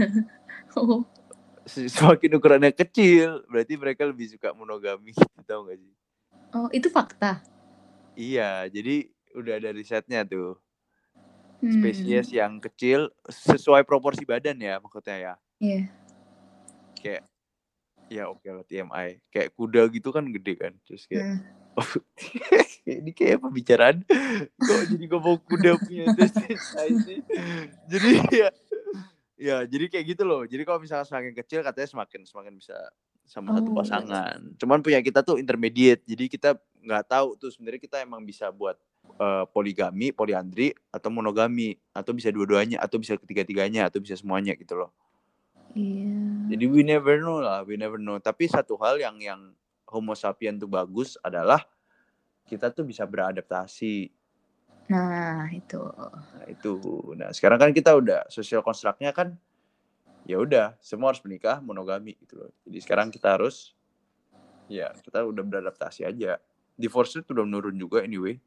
Semakin ukurannya kecil, berarti mereka lebih suka monogami, tau gak sih? Oh, itu fakta? Iya, jadi udah ada risetnya tuh. Spesies yang kecil sesuai proporsi badan ya maksudnya ya. Iya. Kayak Ya oke lah TMI. Kayak kuda gitu kan gede kan. Terus kayak ini kayak pembicaraan kok jadi ngomong kuda punya intestine sih. Jadi ya jadi kayak gitu loh. Jadi kalau misalnya semakin kecil katanya semakin bisa sama satu pasangan. Cuman punya kita tuh intermediate. Jadi kita nggak tahu tuh sebenarnya kita emang bisa buat poligami, poliandri atau monogami atau bisa dua-duanya atau bisa ketiga-tiganya atau bisa semuanya gitu loh. Iya. Jadi we never know lah, we never know. Tapi satu hal yang Homo sapien tuh bagus adalah kita tuh bisa beradaptasi. Nah, itu. Nah, sekarang kan kita udah social construct-nya kan ya udah semua harus menikah, monogami gitu loh. Jadi sekarang kita harus ya kita udah beradaptasi aja. Divorce rate udah menurun juga anyway.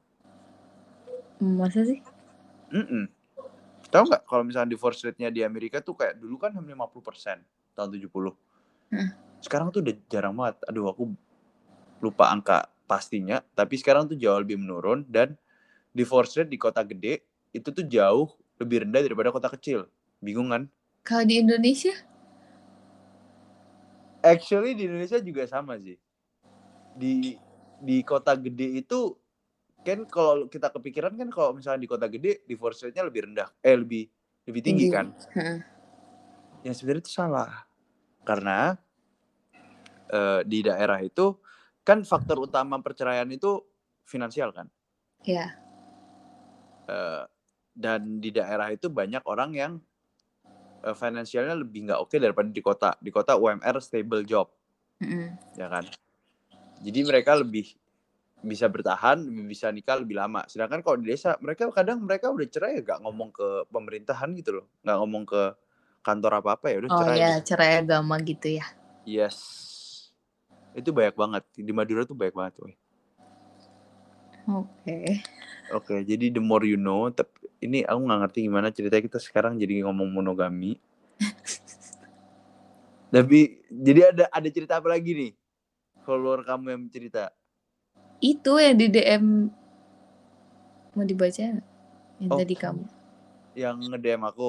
Masa sih? Tahu nggak kalau misalnya divorce rate-nya di Amerika tuh kayak dulu kan hampir 50% tahun 70. Sekarang tuh udah jarang banget. Aduh, aku lupa angka pastinya, tapi sekarang tuh jauh lebih menurun dan divorce rate di kota gede itu tuh jauh lebih rendah daripada kota kecil. Bingung kan? Kalau di Indonesia? Actually di Indonesia juga sama sih. Di kota gede itu kan kalau kita kepikiran kan kalau misalnya di kota gede divorce rate-nya lebih rendah, lebih tinggi kan? Ya sebenarnya itu salah. Karena di daerah itu kan faktor utama perceraian itu finansial kan? Iya. Dan di daerah itu banyak orang yang finansialnya lebih nggak oke daripada di kota. Di kota UMR stable job, ya kan? Jadi mereka lebih bisa bertahan, lebih bisa nikah lebih lama. Sedangkan kalau di desa, mereka udah cerai ya nggak ngomong ke pemerintahan gitu loh, nggak ngomong ke kantor apa-apa ya udah Oh cerai. ya, cerai agama gitu ya? Yes, itu banyak banget di Madura tuh banyak banget, woy. Oke, jadi the more you know. Tapi ini aku nggak ngerti gimana ceritanya kita sekarang jadi ngomong monogami. Tapi jadi ada cerita apa lagi nih? Follower kamu yang cerita. Itu yang di DM mau dibaca yang tadi kamu. Yang nge-DM aku.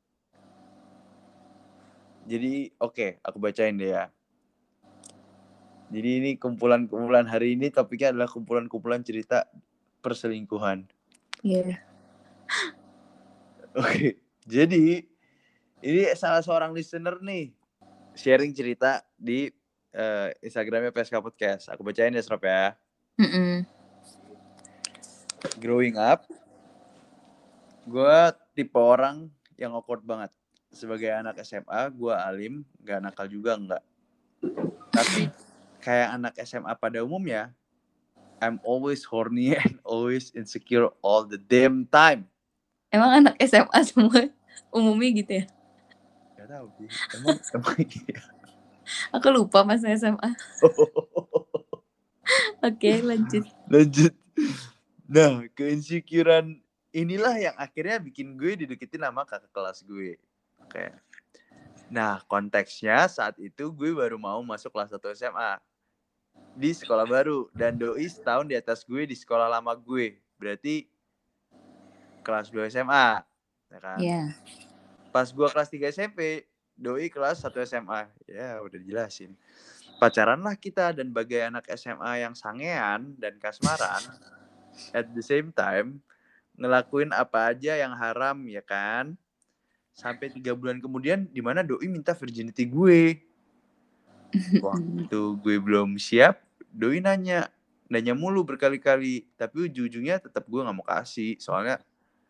Jadi oke, aku bacain deh ya. Jadi ini kumpulan hari ini topiknya adalah kumpulan cerita perselingkuhan. Iya. Oke, jadi ini salah seorang listener nih sharing cerita di Instagramnya PSK Podcast. Aku bacain ya, Srop ya. Growing up, gue tipe orang yang awkward banget. Sebagai anak SMA, gue alim, gak nakal juga enggak. Tapi kayak anak SMA pada umumnya, I'm always horny and always insecure all the damn time. Emang anak SMA semua umumnya gitu ya? Gak tahu sih. Emang iya. Aku lupa masa SMA. Oke, lanjut. Nah, keinsecurean inilah yang akhirnya bikin gue dideketin sama kakak kelas gue. Oke. Nah, konteksnya saat itu gue baru mau masuk kelas 1 SMA. Di sekolah baru. Dan doi setahun di atas gue di sekolah lama gue. Berarti kelas 2 SMA. Ya kan? Iya. Pas gue kelas 3 SMP, doi kelas 1 SMA. Ya, udah dijelasin. Pacaran lah kita dan bagai anak SMA yang sangean dan kasmaran, at the same time, ngelakuin apa aja yang haram, ya kan? Sampai 3 bulan kemudian, dimana doi minta virginity gue. Waktu gue belum siap, doi nanya mulu berkali-kali. Tapi ujung-ujungnya tetap gue gak mau kasih. Soalnya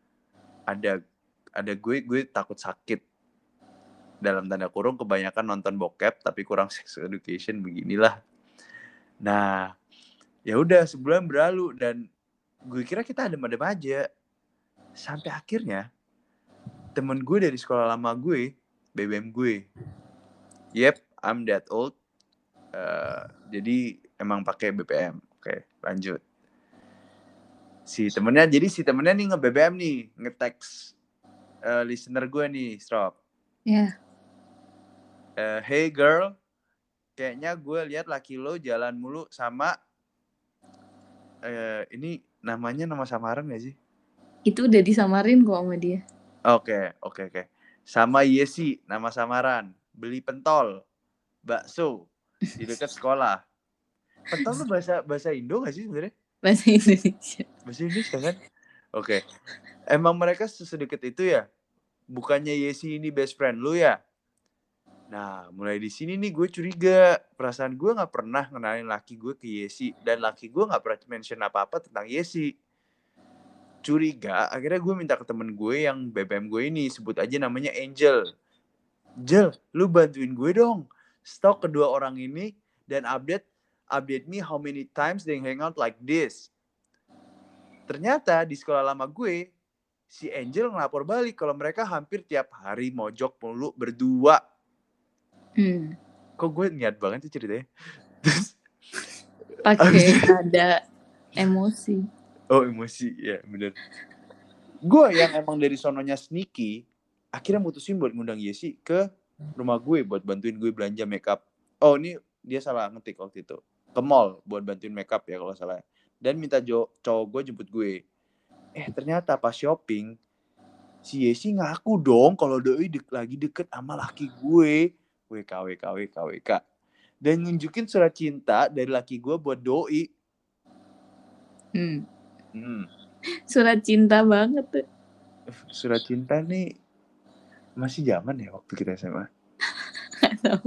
ada gue takut sakit. Dalam tanda kurung kebanyakan nonton bokep tapi kurang sex education beginilah. Nah, ya udah sebulan berlalu dan gue kira kita adem-adem aja. Sampai akhirnya temen gue dari sekolah lama gue, BBM gue. Yep, I'm that old. Jadi emang pakai BBM. Oke, lanjut. Si temennya nih nge-BBM nih, nge-text listener gue nih, Strop. Iya. Hey girl, kayaknya gue lihat laki lo jalan mulu sama ini namanya nama samaran gak sih? Itu udah disamarin kok sama dia. Oke. Sama Yesi, nama samaran. Beli pentol. bakso di dekat sekolah. Pentol tuh bahasa Indo gak sih sebenarnya? Bahasa Indonesia. Bahasa Indonesia kan? Oke. Emang mereka sesedekat itu ya? Bukannya Yesi ini best friend lu ya? Nah, mulai di sini nih gue curiga. Perasaan gue gak pernah ngenalin laki gue ke Yesi. Dan laki gue gak pernah mention apa-apa tentang Yesi. Curiga, akhirnya gue minta ke temen gue yang BBM gue ini. Sebut aja namanya Angel. Angel, lu bantuin gue dong. Stok kedua orang ini dan update me how many times they hang out like this. Ternyata di sekolah lama gue, si Angel ngelapor balik kalau mereka hampir tiap hari mojok mulu berdua. Kok gue niat banget sih ceritanya. Terus pakai ada emosi. Oh, emosi, ya bener. Gue yang emang dari sononya sneaky, akhirnya mutusin buat ngundang Yesi ke rumah gue buat bantuin gue belanja makeup. Oh, ini dia salah ngetik waktu itu. Ke mall buat bantuin makeup ya kalau salah. Dan minta cowok gue jemput gue. Ternyata pas shopping, si Yesi ngaku dong kalau doi lagi deket sama laki gue. WK. Dan nunjukin surat cinta dari laki gue buat doi. Surat cinta banget tuh. Surat cinta nih masih zaman ya waktu kita SMA? Gak tahu.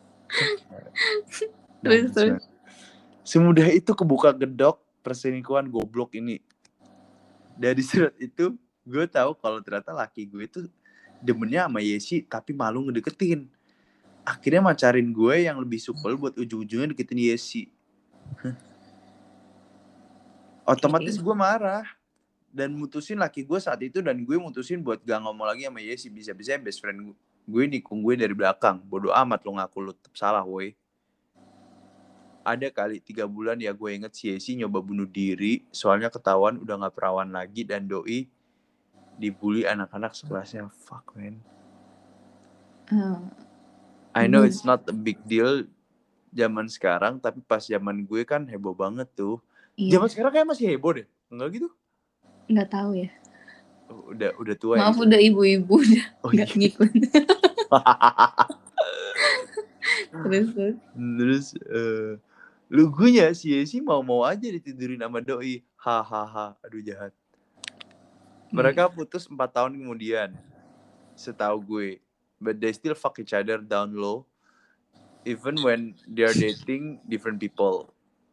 Terus. Semudah itu kebuka gedok perselingkuhan goblok ini. Dari surat itu gue tahu kalau ternyata laki gue itu demennya sama Yesi tapi malu ngedeketin. Akhirnya macarin gue yang lebih supel buat ujung-ujungnya deketin Yesi. Otomatis gue marah dan mutusin laki gue saat itu, dan gue mutusin buat gak ngomong lagi sama Yesi. Bisa-bisa best friend gue nikung gue dari belakang. Bodoh amat lo ngaku lo tetap salah woi. Ada kali 3 bulan ya gue inget si Yesi nyoba bunuh diri soalnya ketahuan udah gak perawan lagi dan doi dibully anak-anak sekelasnya. Fuck man. I know it's not a big deal zaman sekarang, tapi pas zaman gue kan heboh banget tuh. Iya. Zaman sekarang kayak masih heboh deh, enggak gitu? Nggak tahu ya. Udah tua. Maaf ya, udah ibu-ibu udah nggak ngikut. Terus lugunya si Yesi mau aja ditidurin sama doi. Hahaha, aduh jahat. Mereka putus 4 tahun kemudian, setahu gue. But they still fuck each other down low, even when they are dating different people.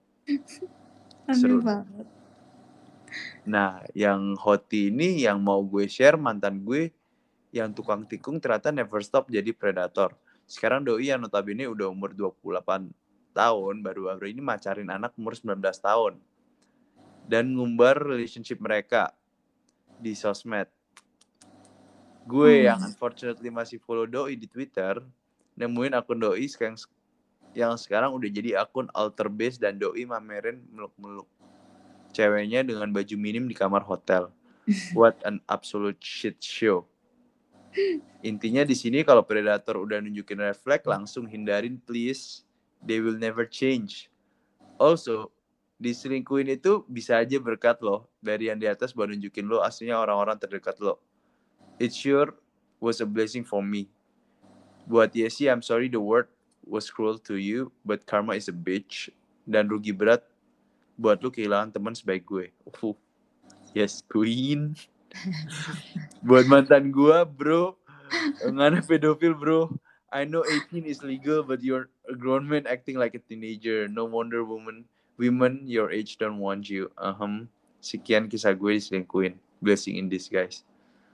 Seru banget. Nah, yang hoti ini yang mau gue share mantan gue yang tukang tikung ternyata never stop jadi predator. Sekarang doi yang notabene udah umur 28 tahun, baru-baru ini macarin anak umur 19 tahun. Dan ngumbar relationship mereka di sosmed. Gue yang unfortunately masih follow doi di Twitter, nemuin akun doi yang sekarang udah jadi akun alter base dan doi mamerin meluk-meluk ceweknya dengan baju minim di kamar hotel. What an absolute shit show. Intinya di sini kalau predator udah nunjukin red flag, langsung hindarin please. They will never change. Also, diselingkuhin itu bisa aja berkat lo. Dari yang di atas baru nunjukin lo aslinya orang-orang terdekat lo. It sure was a blessing for me. Buat Yesi, I'm sorry the word was cruel to you, but karma is a bitch. Dan rugi berat buat lo kehilangan teman sebaik gue. Yes, queen. Buat mantan gue, bro. Ngana pedofil, bro. I know 18 is legal, but you're a grown man acting like a teenager. No wonder women your age don't want you. Sekian kisah gue diselingkuhin. Blessing in disguise.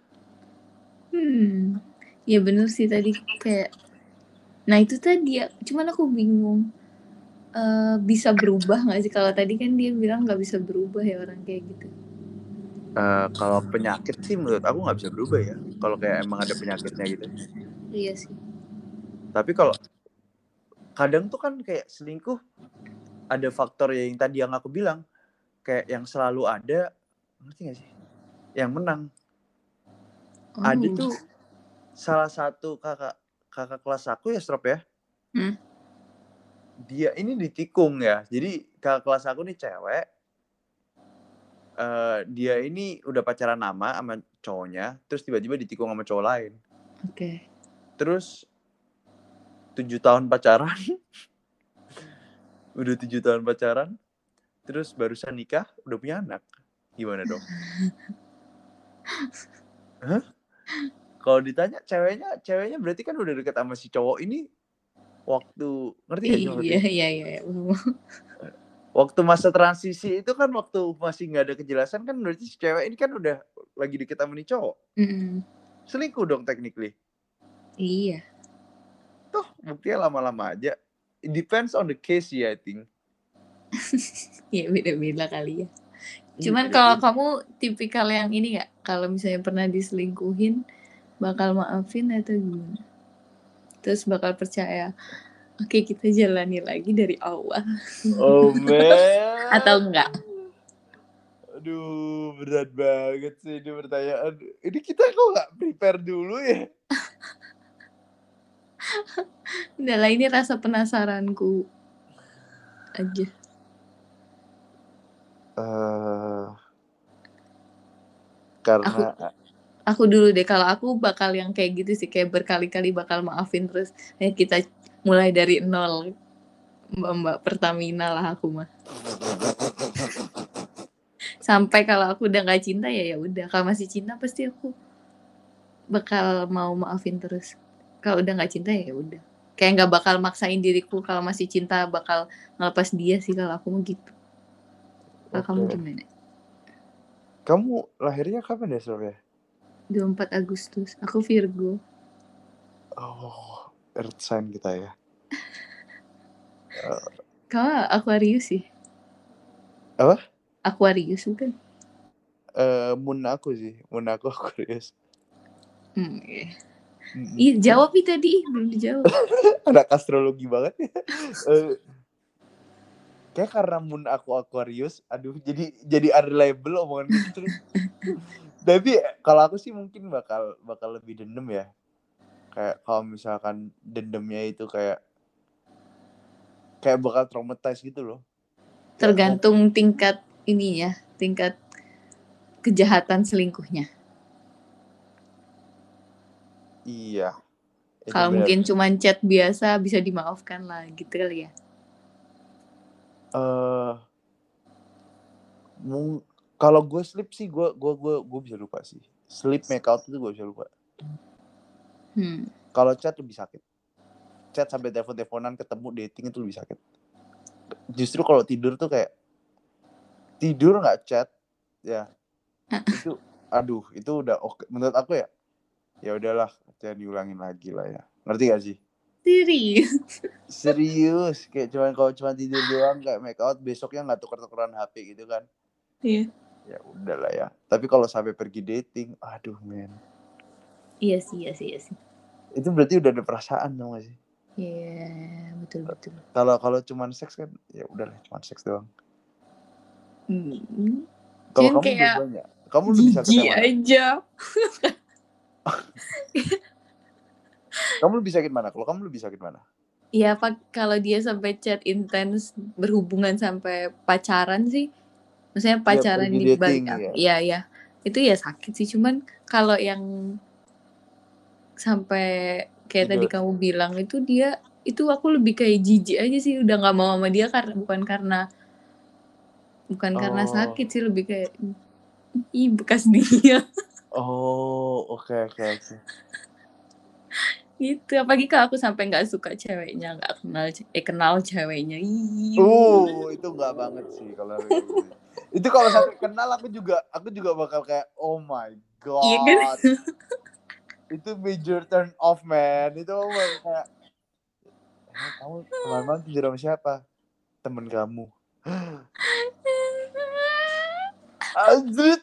Ya bener sih tadi kayak. Nah itu tadi ya, cuman aku bingung. Bisa berubah nggak sih? Kalau tadi kan dia bilang nggak bisa berubah ya orang kayak gitu. Kalau penyakit sih menurut aku nggak bisa berubah ya. Kalau kayak emang ada penyakitnya gitu. Iya sih. Tapi kalau kadang tuh kan kayak selingkuh ada faktor yang tadi yang aku bilang, kayak yang selalu ada, ngerti nggak sih? Yang menang. Ada tuh salah satu kakak kelas aku ya, Strop ya. Dia ini ditikung ya. Jadi kakak kelas aku nih cewek. Dia ini udah pacaran lama sama cowoknya, terus tiba-tiba ditikung sama cowok lain. Oke. Terus 7 tahun pacaran. Udah 7 tahun pacaran. Terus barusan nikah, udah punya anak. Gimana dong? Hah? Kalau ditanya ceweknya berarti kan udah deket sama si cowok ini waktu, ngerti gak sih maksudnya? Iya. Waktu masa transisi itu kan waktu masih nggak ada kejelasan kan, berarti si cewek ini kan udah lagi deket sama nih cowok. Selingkuh dong technically. Iya. Toh buktinya lama-lama aja. It depends on the case ya, I think. Ya beda-beda kali ya. Cuman kalau kamu tipikal yang ini gak? Kalau misalnya pernah diselingkuhin, bakal maafin atau gimana? Terus bakal percaya, oke kita jalani lagi dari awal. Oh man. Atau enggak? Aduh, berat banget sih ini pertanyaan. Ini kita kok gak prepare dulu ya? Udah lah, ini rasa penasaranku aja. Karena aku dulu deh, kalau aku bakal yang kayak gitu sih, kayak berkali-kali bakal maafin terus. Kita mulai dari nol, mbak Pertamina lah aku mah. Sampai kalau aku udah nggak cinta ya udah. Kalau masih cinta pasti aku bakal mau maafin terus. Kalau udah nggak cinta ya udah. Kayak nggak bakal maksain diriku kalau masih cinta bakal ngelepas dia sih, kalau aku mau gitu. Kalau kamu gimana? Kamu lahirnya kapan ya, Sob ya? 24 Agustus. Aku Virgo. Oh, earth sign kita ya. Kamu Aquarius sih. Apa? Aquarius bukan? Moon aku sih. Moon aku Aquarius. Iya. Ih, jawab nih tadi, belum dijawab. Anak astrologi banget ya. Kayak karena Moon aku Aquarius, aduh jadi unreliable omongan gitu. Tapi kalau aku sih mungkin bakal lebih dendam ya. Kayak kalau misalkan dendamnya itu kayak bakal traumatize gitu loh. Tergantung tingkat ini ya, tingkat kejahatan selingkuhnya. Iya. Kalau mungkin cuma chat biasa bisa dimaafkan lah gitu kali ya. Kalau gue sleep sih gue bisa lupa sih. Sleep make out itu gue bisa lupa. Kalau chat lebih sakit. Chat sampai telepon-teleponan, ketemu, dating itu lebih sakit. Justru kalau tidur tuh kayak tidur nggak chat ya itu aduh itu udah oke menurut aku ya. Ya udahlah, jangan diulangin lagi lah ya. Ngerti gak sih? Serius kayak kalau cuma tidur doang kayak make out, besoknya nggak tuker-tukeran HP gitu kan. Iya. Ya udahlah ya. Tapi kalau sampai pergi dating, aduh men. Iya sih. Itu berarti udah ada perasaan dong gak sih? Iya, betul. Kalau cuma seks kan ya udahlah, cuma seks doang. Kalau kamu dua-duanya, kamu lebih sakit yang mana? Aja. Kamu lebih sakit mana? Kalau kamu lebih sakit mana? Iya, kalau dia sampai chat intens, berhubungan sampai pacaran sih. Maksudnya pacaran di balik. Iya. Itu ya sakit sih. Cuman kalau yang sampai kayak tadi kamu bilang itu aku lebih kayak jijik aja sih, udah nggak mau sama dia bukan karena sakit sih, lebih kayak bekas dia. Oh, oke. Gitu, apalagi kalau aku sampai nggak suka ceweknya, nggak kenal ceweknya. Itu nggak banget sih kalau itu kalau sampai kenal aku juga bakal kayak oh my god. Iya kan? Itu major turn off man. Itu kayak kamu kemarin tidur sama siapa? Temen kamu. Azut.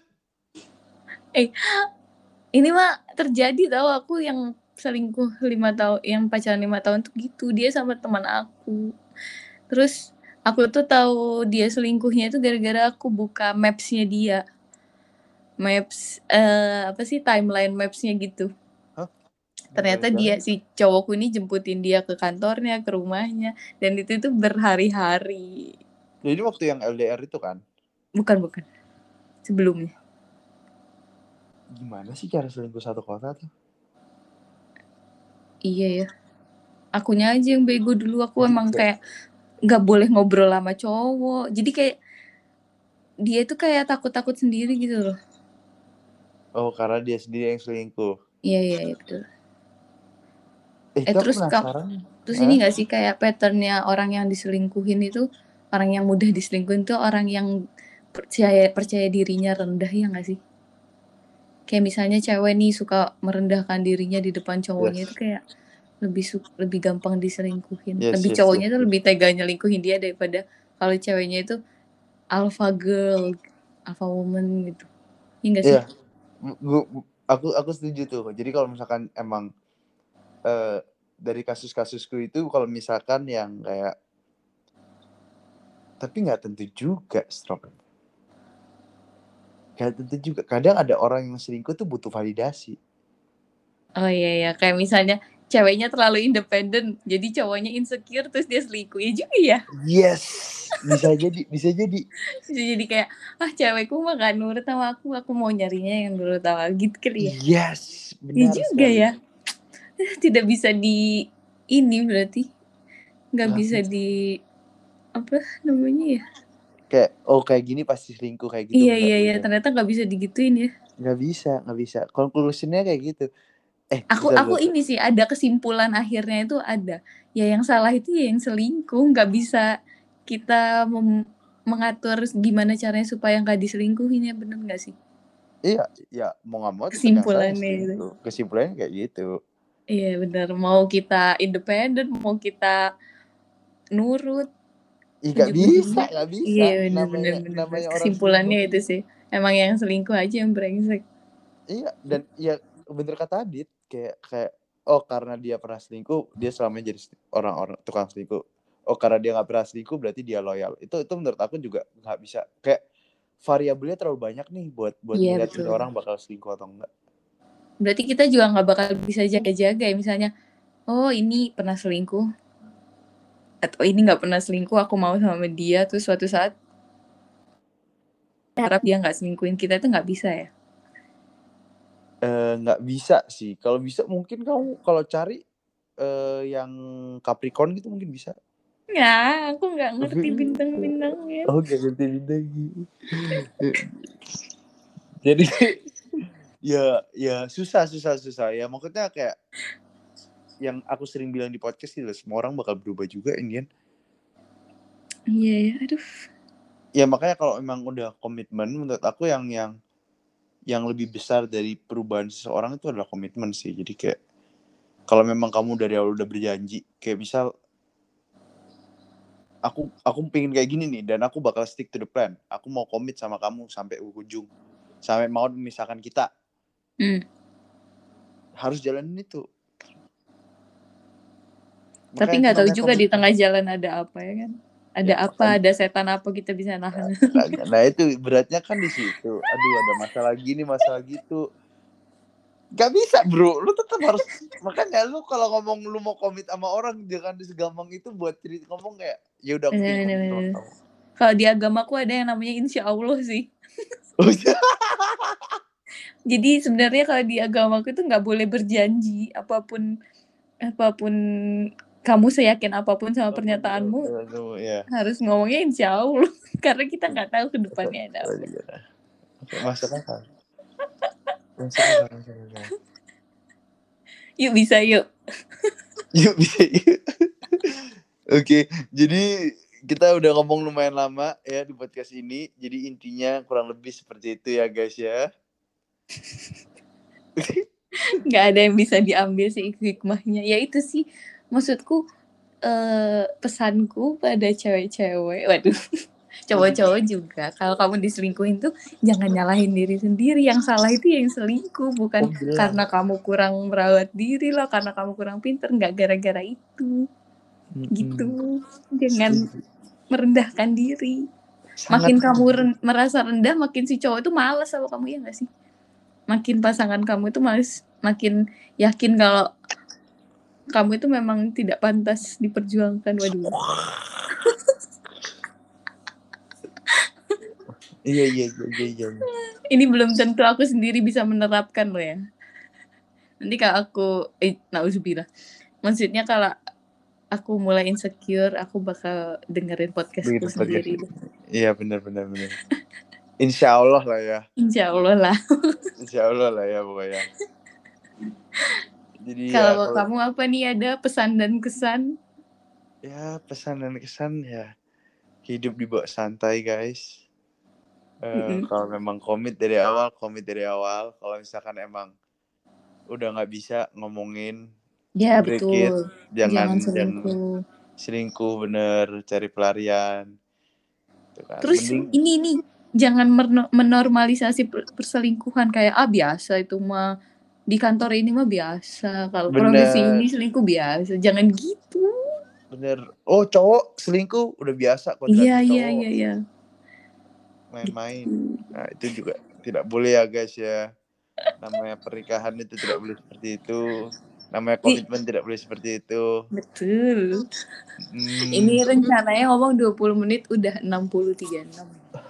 Ini mah terjadi tau, aku yang selingkuh 5 tahun, yang pacaran 5 tahun tuh gitu, dia sama teman aku. Terus aku tuh tahu dia selingkuhnya itu gara-gara aku buka Maps-nya dia. Maps timeline Maps-nya gitu. Ternyata dia si cowokku ini jemputin dia ke kantornya, ke rumahnya, dan itu berhari-hari. Jadi waktu yang LDR itu kan? Bukan. Sebelumnya. Gimana sih cara selingkuh satu kota tuh? Iya ya. akunya aja yang bego dulu. Aku emang kayak nggak boleh ngobrol sama cowok. Jadi kayak dia tuh kayak takut-takut sendiri gitu loh. Oh, karena dia sendiri yang selingkuh. Iya betul. Terus ini nggak sih kayak patternnya orang yang diselingkuhin itu, orang yang mudah diselingkuhin tuh orang yang percaya dirinya rendah, ya nggak sih? Kayak misalnya cewek nih suka merendahkan dirinya di depan cowoknya, itu kayak lebih gampang diselingkuhin. Cowoknya tuh lebih tega nyelingkuhin dia daripada kalau ceweknya itu alpha girl, alpha woman gitu. Iya nggak sih? Aku setuju tuh. Jadi kalau misalkan emang dari kasus-kasusku itu, kalau misalkan yang kayak, tapi nggak tentu juga, Strok. Nggak tentu juga. Kadang ada orang yang selingkuh tuh butuh validasi. Oh iya, kayak misalnya ceweknya terlalu independen, jadi cowoknya insecure terus dia selingkuh. Ya juga ya. Yes, bisa jadi. Bisa jadi kayak, cewekku mah gak nurut sama aku mau nyarinya yang nurut sama gitu kali ya. Yes, benar juga sekali. Ya. Tidak bisa ini berarti. Nggak bisa apa namanya ya? Kayak gini pasti selingkuh kayak gitu. Iya, ternyata nggak bisa digituin ya. Nggak bisa. Conclusionnya kayak gitu. Aku ini sih ada kesimpulan akhirnya itu ada. Ya yang salah itu ya yang selingkuh. Nggak bisa kita mengatur gimana caranya supaya nggak diselingkuhin, ya bener nggak sih? Iya, ya mau nggak mau kesimpulannya kayak gitu. Iya benar, mau kita independen, mau kita nurut, nggak bisa. Iya benar. Kesimpulannya itu sih, emang yang selingkuh aja yang brengsek. Iya, dan ya bener kata Adit, kayak karena dia pernah selingkuh, dia selamanya jadi orang tukang selingkuh. Karena dia nggak pernah selingkuh berarti dia loyal. Itu menurut aku juga nggak bisa. Kayak variabelnya terlalu banyak nih buat ngeliat ini orang bakal selingkuh atau enggak. Berarti kita juga nggak bakal bisa jaga-jaga ya, misalnya, ini pernah selingkuh, atau ini nggak pernah selingkuh, aku mau sama dia, terus suatu saat harap dia nggak selingkuhin kita, itu nggak bisa ya? Nggak bisa sih. Kalau bisa mungkin kamu kalau cari yang Capricorn gitu mungkin bisa. Ya, aku nggak ngerti bintang-bintangnya. Nggak ngerti bintang. Jadi ya susah. Ya maksudnya kayak yang aku sering bilang di podcast gitu, semua orang bakal berubah juga Indian. Iya, aduh. Ya makanya kalau emang udah komitmen, menurut aku yang lebih besar dari perubahan seseorang itu adalah komitmen sih. Jadi kayak kalau memang kamu dari awal udah berjanji, kayak misal aku pengen kayak gini nih dan aku bakal stick to the plan. Aku mau komit sama kamu sampai ujung, sampai mau memisahkan kita. Harus jalanin itu. Tapi nggak tahu juga di tengah jalan ada apa ya kan? Ada setan apa kita bisa nahan? Nah itu beratnya kan di situ. Aduh, ada masalah gini, masalah gitu. Gak bisa bro, lu tetap harus. Makanya lu kalau ngomong lu mau komit sama orang, jangan segampang itu buat cerita ngomong kayak ya udah aku pengen komit sama kamu. Kalau di agamaku ada yang namanya insya Allah sih. Jadi sebenarnya kalau di agamaku itu nggak boleh berjanji apapun kamu seyakin apapun sama pernyataanmu, harus ngomongnya insya Allah karena kita nggak tahu ke depannya ada apa. Masuk akal. Yuk bisa. Oke, jadi kita udah ngomong lumayan lama ya di podcast ini. Jadi intinya kurang lebih seperti itu ya guys ya. Nggak ada yang bisa diambil sih hikmahnya. Ya itu sih maksudku, pesanku pada cewek-cewek, waduh, cowok-cowok juga, kalau kamu diselingkuhin tuh jangan nyalahin diri sendiri. Yang salah itu yang selingkuh, bukan karena kamu kurang merawat diri lah, karena kamu kurang pintar, nggak gara-gara itu. Gitu. Jangan merendahkan diri. Makin kamu merasa rendah, makin si cowok itu malas sama kamu, ya nggak sih? Makin pasangan kamu itu makin yakin kalau kamu itu memang tidak pantas diperjuangkan. Waduh. Iya. Ini belum tentu aku sendiri bisa menerapkan loh ya. Nanti kalau aku nauzubillah. Maksudnya kalau aku mulai insecure, aku bakal dengerin podcastku sendiri. Iya benar. Insya Allah lah ya. Insya Allah lah. Insya Allah lah ya pokoknya. Jadi kalau kamu apa nih, ada pesan dan kesan? Ya pesan dan kesan ya, hidup dibawa santai guys. Kalau memang komit dari awal. Kalau misalkan emang udah nggak bisa ngomongin, ya break betul. it. Jangan selingkuh. Bener, cari pelarian. Kan. Terus ini jangan menormalisasi perselingkuhan kayak biasa itu mah, di kantor ini mah biasa, kalau profesi ini selingkuh biasa, jangan gitu. Bener. Oh cowok selingkuh udah biasa kok. Iya. Main-main. Gitu. Nah itu juga tidak boleh ya guys ya. Namanya pernikahan itu tidak boleh seperti itu. Namanya komitmen tidak boleh seperti itu. Betul. Ini rencananya ngomong 20 menit udah 60.36.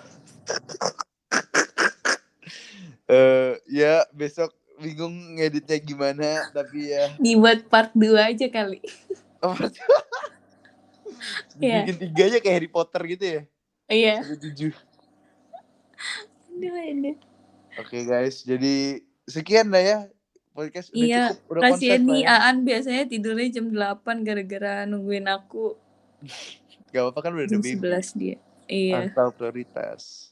Ya besok bingung ngeditnya gimana, tapi ya dibuat part 2 aja kali. Bikin 3 aja kayak Harry Potter gitu ya. Iya. Sampai 7. Oke guys, jadi sekian lah ya podcast. Udah cukup, udah kasihan nih Aan biasanya tidurnya jam 8 gara-gara nungguin aku. Gak apa-apa kan udah jam ada baby. 11 dia. Iya. Asal prioritas.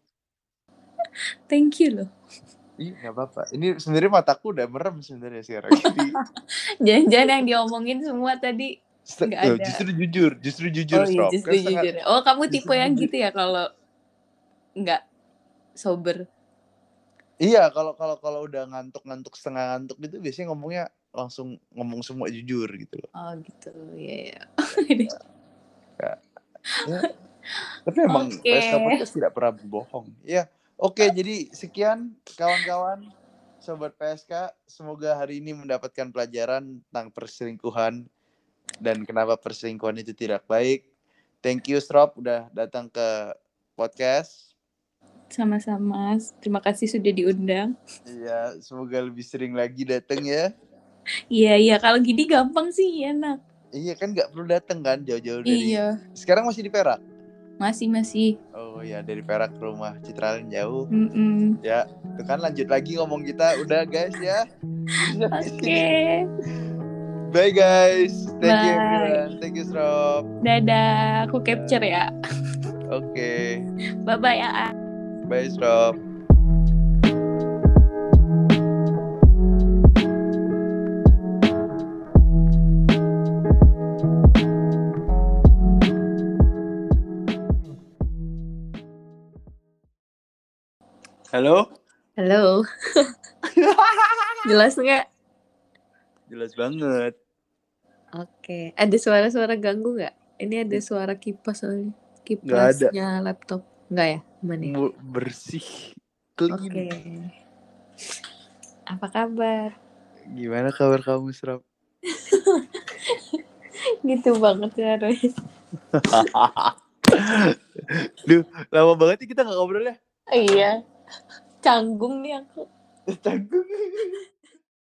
Thank you loh. Ih, gak apa-apa. Ini sebenarnya mataku udah merem sebenarnya sekarang. Jangan-jangan yang diomongin semua tadi nggak ada. Justru jujur. Oh iya, justru jujur. Oh kamu tipe yang gitu ya kalau nggak sober? Iya, kalau udah ngantuk setengah ngantuk gitu biasanya ngomongnya langsung ngomong semua jujur gitu loh. Oh gitu, ya. Tapi emang PSK Podcast tidak pernah berbohong. Ya, oke. Jadi sekian kawan-kawan sobat PSK, semoga hari ini mendapatkan pelajaran tentang perselingkuhan dan kenapa perselingkuhan itu tidak baik. Thank you Strop udah datang ke podcast. Sama-sama, terima kasih sudah diundang. Iya, semoga lebih sering lagi datang ya. Iya, kalau gini gampang sih, enak. Iya kan nggak perlu datang kan jauh-jauh dari. Iya. Sekarang masih di Perak? Masih. Oh ya, dari Perak ke rumah Citralin jauh. Ya, itu kan lanjut lagi ngomong kita. Udah guys ya. Oke. Bye guys. Thank you everyone. Thank you Strop. Dadah, aku capture ya. Oke. Bye-bye ya. Bye Strop. Halo. Jelas nggak? Jelas banget. Oke. Ada suara-suara ganggu nggak? Ini ada suara kipas soalnya. Kipasnya laptop. Nggak ya? Mana? Bersih. Clean. Oke. Apa kabar? Gimana kabar kamu, Strop? Gitu banget ya, Roy. Duh, lama banget nih kita nggak ngobrol ya. Iya. Canggung nih aku. Canggung.